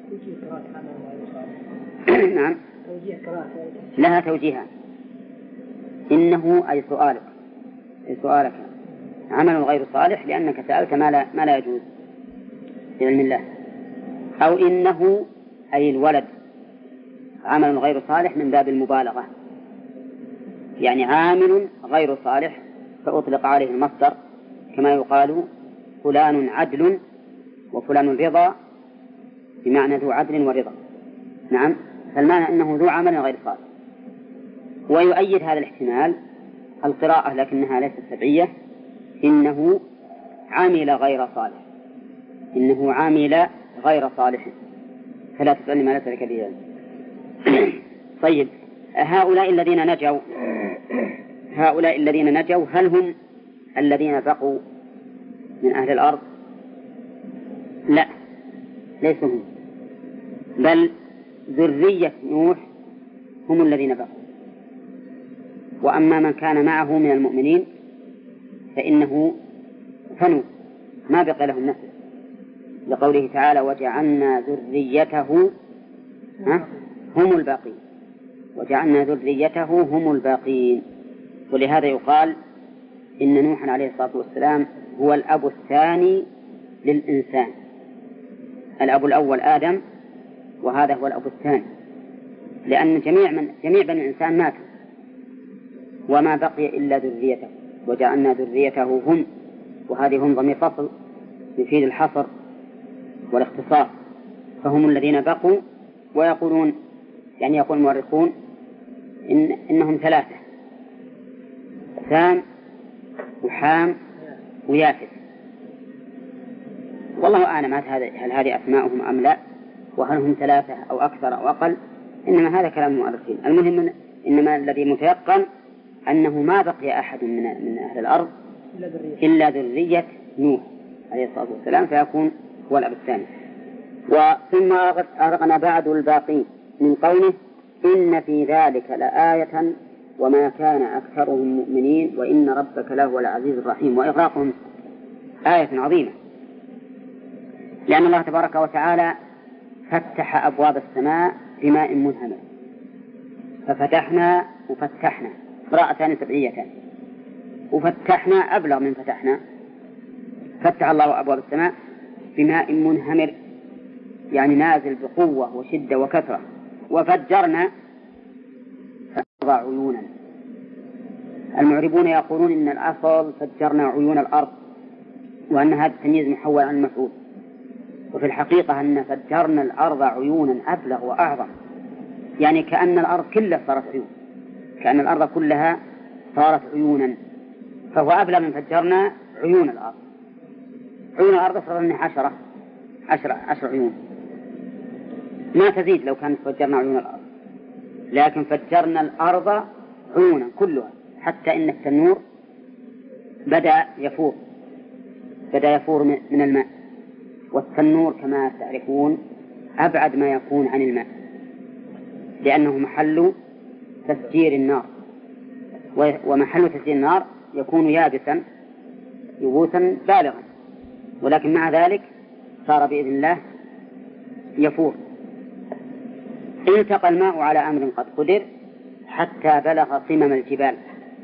نعم لها توجيهها. إنه أي سؤالك عمل غير صالح لأنك سألت ما لا يجوز بعلم الله، أو إنه أي الولد عمل غير صالح من باب المبالغة، يعني عامل غير صالح فأطلق عليه المصدر كما يقال فلان عدل وفلان رضا بمعنى ذو عدل ورضا. نعم، فالمعنى أنه ذو عمل غير صالح. ويؤيد هذا الاحتمال القراءة لكنها ليست سبعية إنه عمل غير صالح، إنه عمل غير صالح فلا تسألني ما ليس لك به. طيب هؤلاء الذين نجوا هل هم الذين بقوا من أهل الأرض؟ لا، ليسوا هم، بل ذرية نوح هم الذين بقوا. وأما من كان معه من المؤمنين فإنه فنوا ما بقي لهم نسل، لقوله تعالى وجعلنا ذريته هم الباقين، وجعلنا ذريته هم الباقين. ولهذا يقال إن نوحا عليه الصلاة والسلام هو الأب الثاني للإنسان. الأب الأول آدم وهذا هو الأب الثاني، لأن جميع بني الإنسان ماتوا وما بقي إلا ذريته، وجعلنا ذريته هم، وهذه هم ضمير فصل يفيد الحصر والاختصاص، فهم الذين بقوا. ويقولون يعني يقول المؤرخون إنهم ثلاثة، سام وحام ويافث. والله أعلم هل هذه أسماؤهم أم لا، وهل هم ثلاثة أو أكثر أو أقل، إنما هذا كلام المؤرخين. المهم إنما الذي متيقن أنه ما بقي أحد من أهل الأرض إلا ذرية نوح عليه الصلاة والسلام، فيكون هو الأب الثاني. وثم أغرقنا بعد الباقين من قوله إن في ذلك لآية وما كان أكثرهم مؤمنين وإن ربك لهو العزيز الرحيم. وإغراقهم آية عظيمة، لأن الله تبارك وتعالى فتح أبواب السماء بماء منهمر، ففتحنا وفتحنا قراءتان سبعيتان، وفتحنا أبلغ من فتحنا. فتح الله أبواب السماء بماء منهمر يعني نازل بقوة وشدة وكثرة. وفجرنا عيونا. المعربون يقولون إن الأصل فجرنا عيون الأرض، وأن هذا التمييز محول عن المفعول، وفي الحقيقة أن فجرنا الأرض عيونا أبلغ وأعظم، يعني كأن الأرض كلها صارت عيون، كأن الأرض كلها صارت عيونا، فهو أبلغ من فجرنا عيون الأرض. عيون الأرض صار لنا 10 عيون، ما تزيد لو كانت فجرنا عيون الأرض، لكن فجرنا الأرض عيونا كلها، حتى إن التنور بدأ يفور من الماء، والتنور كما تعرفون أبعد ما يكون عن الماء، لأنه محل تسجير النار، ومحل تسجير النار يكون يبوسا بالغا، ولكن مع ذلك صار بإذن الله يفور. التقى الماء على أمر قد قدر حتى بلغ صمم الجبال،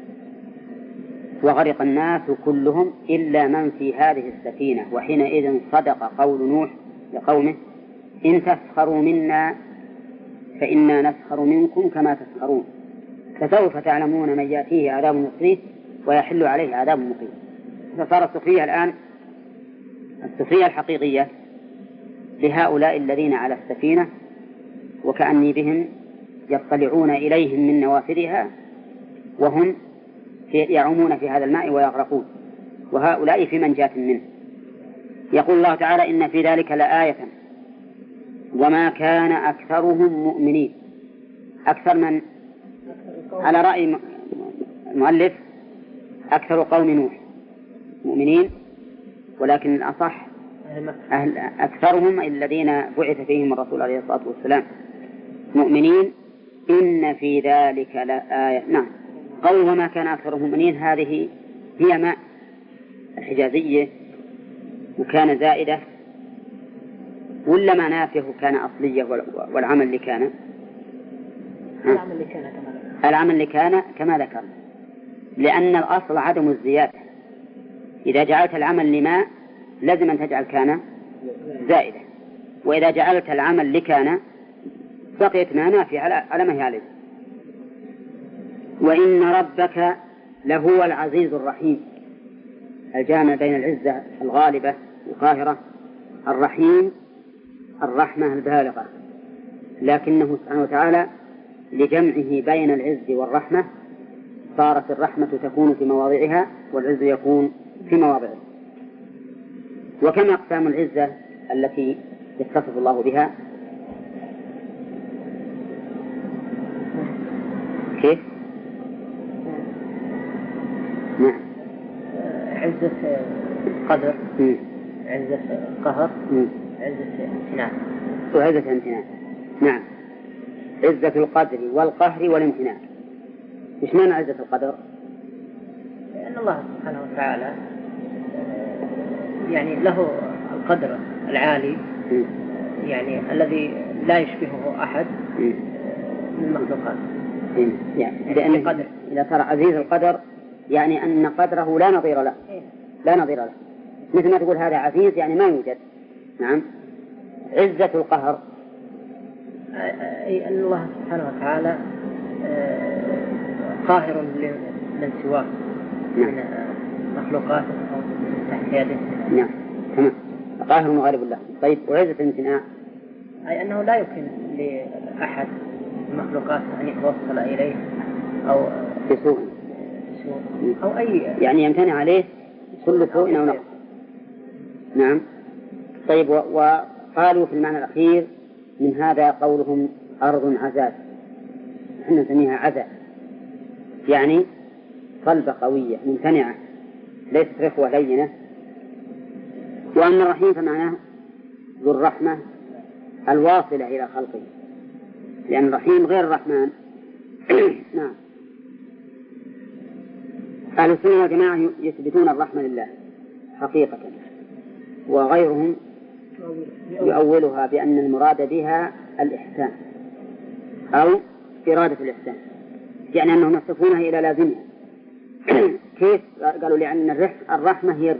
وغرق الناس كلهم إلا من في هذه السفينة. وحينئذ صدق قول نوح لقومه إن تسخروا منا فإنا نسخر منكم كما تسخرون، فسوف تعلمون من يأتيه عذاب مخزيه ويحل عليه عذاب مقيم. فصار السخرية الآن السخرية الحقيقية لهؤلاء الذين على السفينة، وكأني بهم يطلعون إليهم من نوافذها وهم يعومون في هذا الماء ويغرقون، وهؤلاء في منجاة منه. يقول الله تعالى إن في ذلك لآية وما كان أكثرهم مؤمنين. أكثر من على رأي المؤلف أكثر قوم نوح مؤمنين، ولكن الأصح أكثرهم الذين بعث فيهم الرسول عليه الصلاة والسلام مؤمنين. إن في ذلك لآية. نعم، قول وما كان أكثرهم مؤمنين هذه هي ماء الحجازية، وكان زائدة ولا ما نافيه كان أصلية؟ والعمل اللي كان العمل اللي كان كما ذكر، لأن الأصل عدم الزيادة. إذا جعلت العمل لما لازم أن تجعل كان زائدة، وإذا جعلت العمل لكان بقيت ما نافية على ما هي عليه. وإن ربك لهو العزيز الرحيم، الجامع بين العزة الغالبة القاهرة، الرحيم الرحمة البالغة، لكنه سبحانه وتعالى لجمعه بين العز والرحمة صارت الرحمة تكون في مواضعها والعز يكون في مواضعه. وكما أقسام العزة التي يتصف الله بها كيف؟ نعم، عزة قدر، عزة قهر، عزة امتناع، وعزة امتناع. نعم، عزة القدر والقهر والامتناع. إيش معنى عزة القدر؟ لأن الله سبحانه وتعالى يعني له القدر العالي، يعني الذي لا يشبهه أحد من المخلوقات. يعني لأن إذا صار عزيز القدر يعني أن قدره لا نظير له، لا نظير له، مثل ما تقول هذا عزيز يعني ما يوجد. نعم. عزة القهر أي أن الله سبحانه وتعالى قاهر من سواه من مخلوقاته أو تحت يده. نعم تمام، قاهر وغالب الله. طيب، وعزة الامتناع أي أنه لا يمكن لأحد المخلوقات أن يتوصل إليه أو في سوء أو أي يعني يمتنع عليه كل سوء أو نقص. نعم. طيب، وقالوا في المعنى الأخير من هذا قولهم أرض عزاز، نحن نسميها عزاز، يعني صلبة قوية ممتنعة ليست رخوة لينة. وأما الرحيم فمعناه ذو الرحمة الواصلة إلى خلقه، لأن الرحيم غير الرحمن. نعم. أهل السنة والجماعة يثبتون الرحمة لله حقيقة، وغيرهم يؤولها بأن المراد بها الإحسان أو إرادة الإحسان، يعني أنهم يصفونها إلى لازمها. كيف؟ قالوا لأن الرحمة هي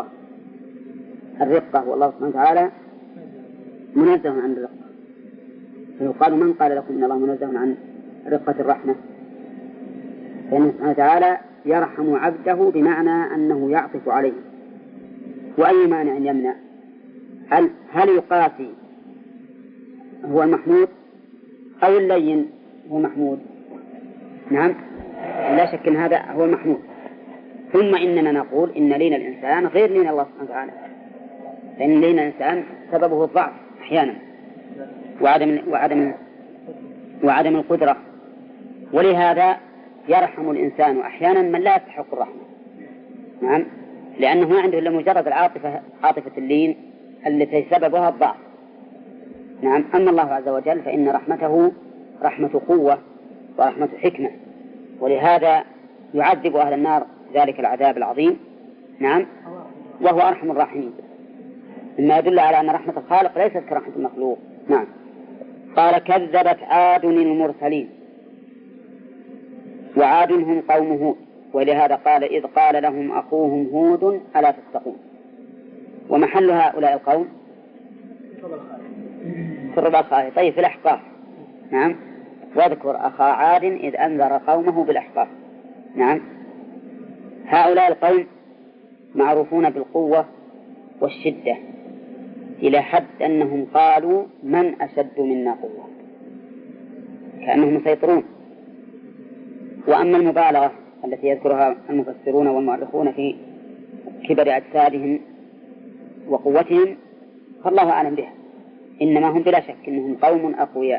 الرقة، والله سبحانه وتعالى منزه عن الرقة، فيقال من قال لكم إن الله منزه عن رقة الرحمة؟ فإنه سبحانه وتعالى يرحم عبده بمعنى أنه يعطف عليه. وأي مانع يمنع؟ هل يقاسي هو المحمود أو اللين هو محمود؟ نعم، لا شك أن هذا هو المحمود. ثم إننا نقول إن لين الإنسان غير لين الله سبحانه وتعالى، لأن لين الإنسان سببه الضعف أحيانا وعدم القدرة، ولهذا يرحم الإنسان أحيانا من لا يستحق الرحمة. نعم، لأنه ما عنده إلا مجرد العاطفة، عاطفة اللين التي سببها الضعف. نعم، أما الله عز وجل فإن رحمته رحمة قوة ورحمة حكمة، ولهذا يعذب أهل النار ذلك العذاب العظيم. نعم، وهو أرحم الراحمين، مما يدل على أن رحمة الخالق ليست كرحمة المخلوق. نعم. قال كذبت عاد المرسلين، وعاد هم قوم هود، ولهذا قال إذ قال لهم أخوهم هود ألا تتقون. ومحل هؤلاء القوم في الربع الخالي. طيب في الأحقاف. نعم، واذكر أخا عاد إذ أنذر قومه بالأحقاف. نعم، هؤلاء القوم معروفون بالقوة والشدة إلى حد أنهم قالوا من أشد منا قوة، كأنهم مسيطرون. وأما المبالغة التي يذكرها المفسرون والمؤرخون في كبر أجسادهم وقوتهم فالله أعلم بها، إنما هم بلا شك إنهم قوم أقوياء،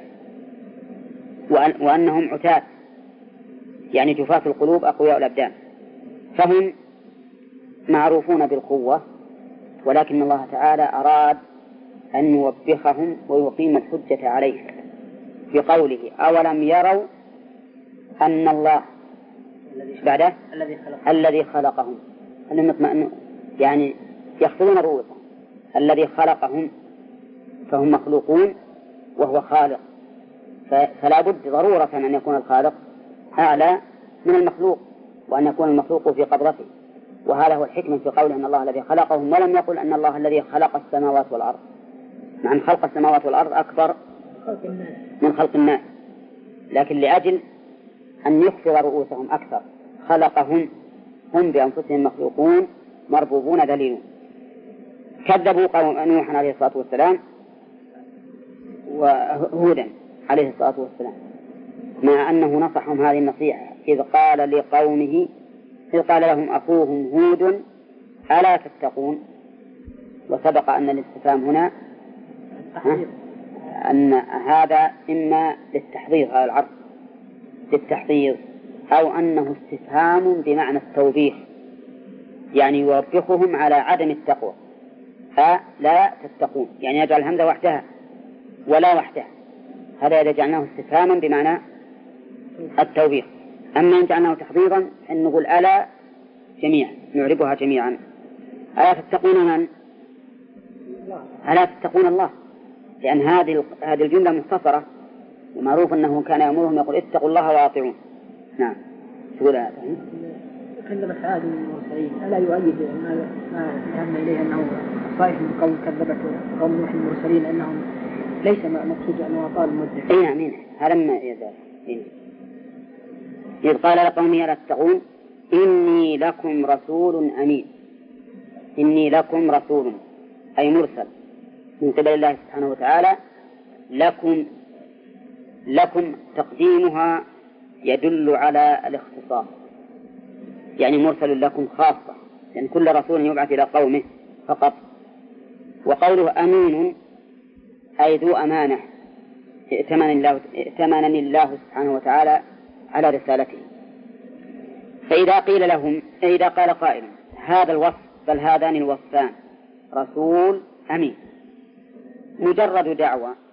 وأنهم عتاة يعني جفاة القلوب أقوياء الأبدان، فهم معروفون بالقوة، ولكن الله تعالى أراد أن يوبخهم ويقيم الحجة عليه بقوله أولم يروا أن الله بعده الذي خلقهم، يعني يخفضون رؤوسهم، الذي خلقهم فهم مخلوقون وهو خالق، فلا بد ضرورة أن يكون الخالق أعلى من المخلوق، وأن يكون المخلوق في قبضته. وهذا هو الحكمة في قوله أن الله الذي خلقهم، ولم يقل أن الله الذي خلق السماوات والأرض، مع أن خلق السماوات والأرض أكبر من خلق الناس، لكن لأجل أن يخفض رؤوسهم أكثر خلقهم، هم بأنفسهم مخلوقون مربوبون ذليلون. كذبوا قوم نوح عليه الصلاة والسلام وهودا عليه الصلاة والسلام، مع أنه نصحهم هذه النصيحة إذ قال لهم أخوهم هود ألا تتقون. وسبق أن الاستفهام هنا أن هذا إما للتحضير على العرض للتحضير، أو أنه استفهام بمعنى التوبيخ، يعني يوبخهم على عدم التقوى، فلا تتقون، يعني يجعل الهمزة وحدها ولا وحدها، هذا إذا جعلناه استفهاما بمعنى التوبيخ. أما إن جعلناه تحضيرا أن نقول ألا جميعا، نعربها جميعا. ألا تتقون من؟ ألا تتقون الله، لأن هذه الجملة مختصرة، ومعروف أنه كان يأمرهم يقول اتقوا الله وأطيعون. نعم، تقول هذا كذبت عاد المرسلين، ألا يؤيد ما ذهبنا إليه أنه صحيح من قول كذبت قوم نوح المرسلين أنهم ليس مقصود أنه أطال المدة. أي نعم، هذا ما يزال. إذ قال لقومه ألا تتقون إني لكم رسول أمين. إني لكم رسول أي مرسل من قبل الله سبحانه وتعالى. لكم تقديمها يدل على الاختصاص، يعني مرسل لكم خاصة، يعني كل رسول يبعث إلى قومه فقط. وقوله أمين أي ذو أمانة ائتمنني الله سبحانه وتعالى على رسالته. فإذا قال قائل هذا الوصف بل هذان الوصفان رسول أمين، مجرد دعوة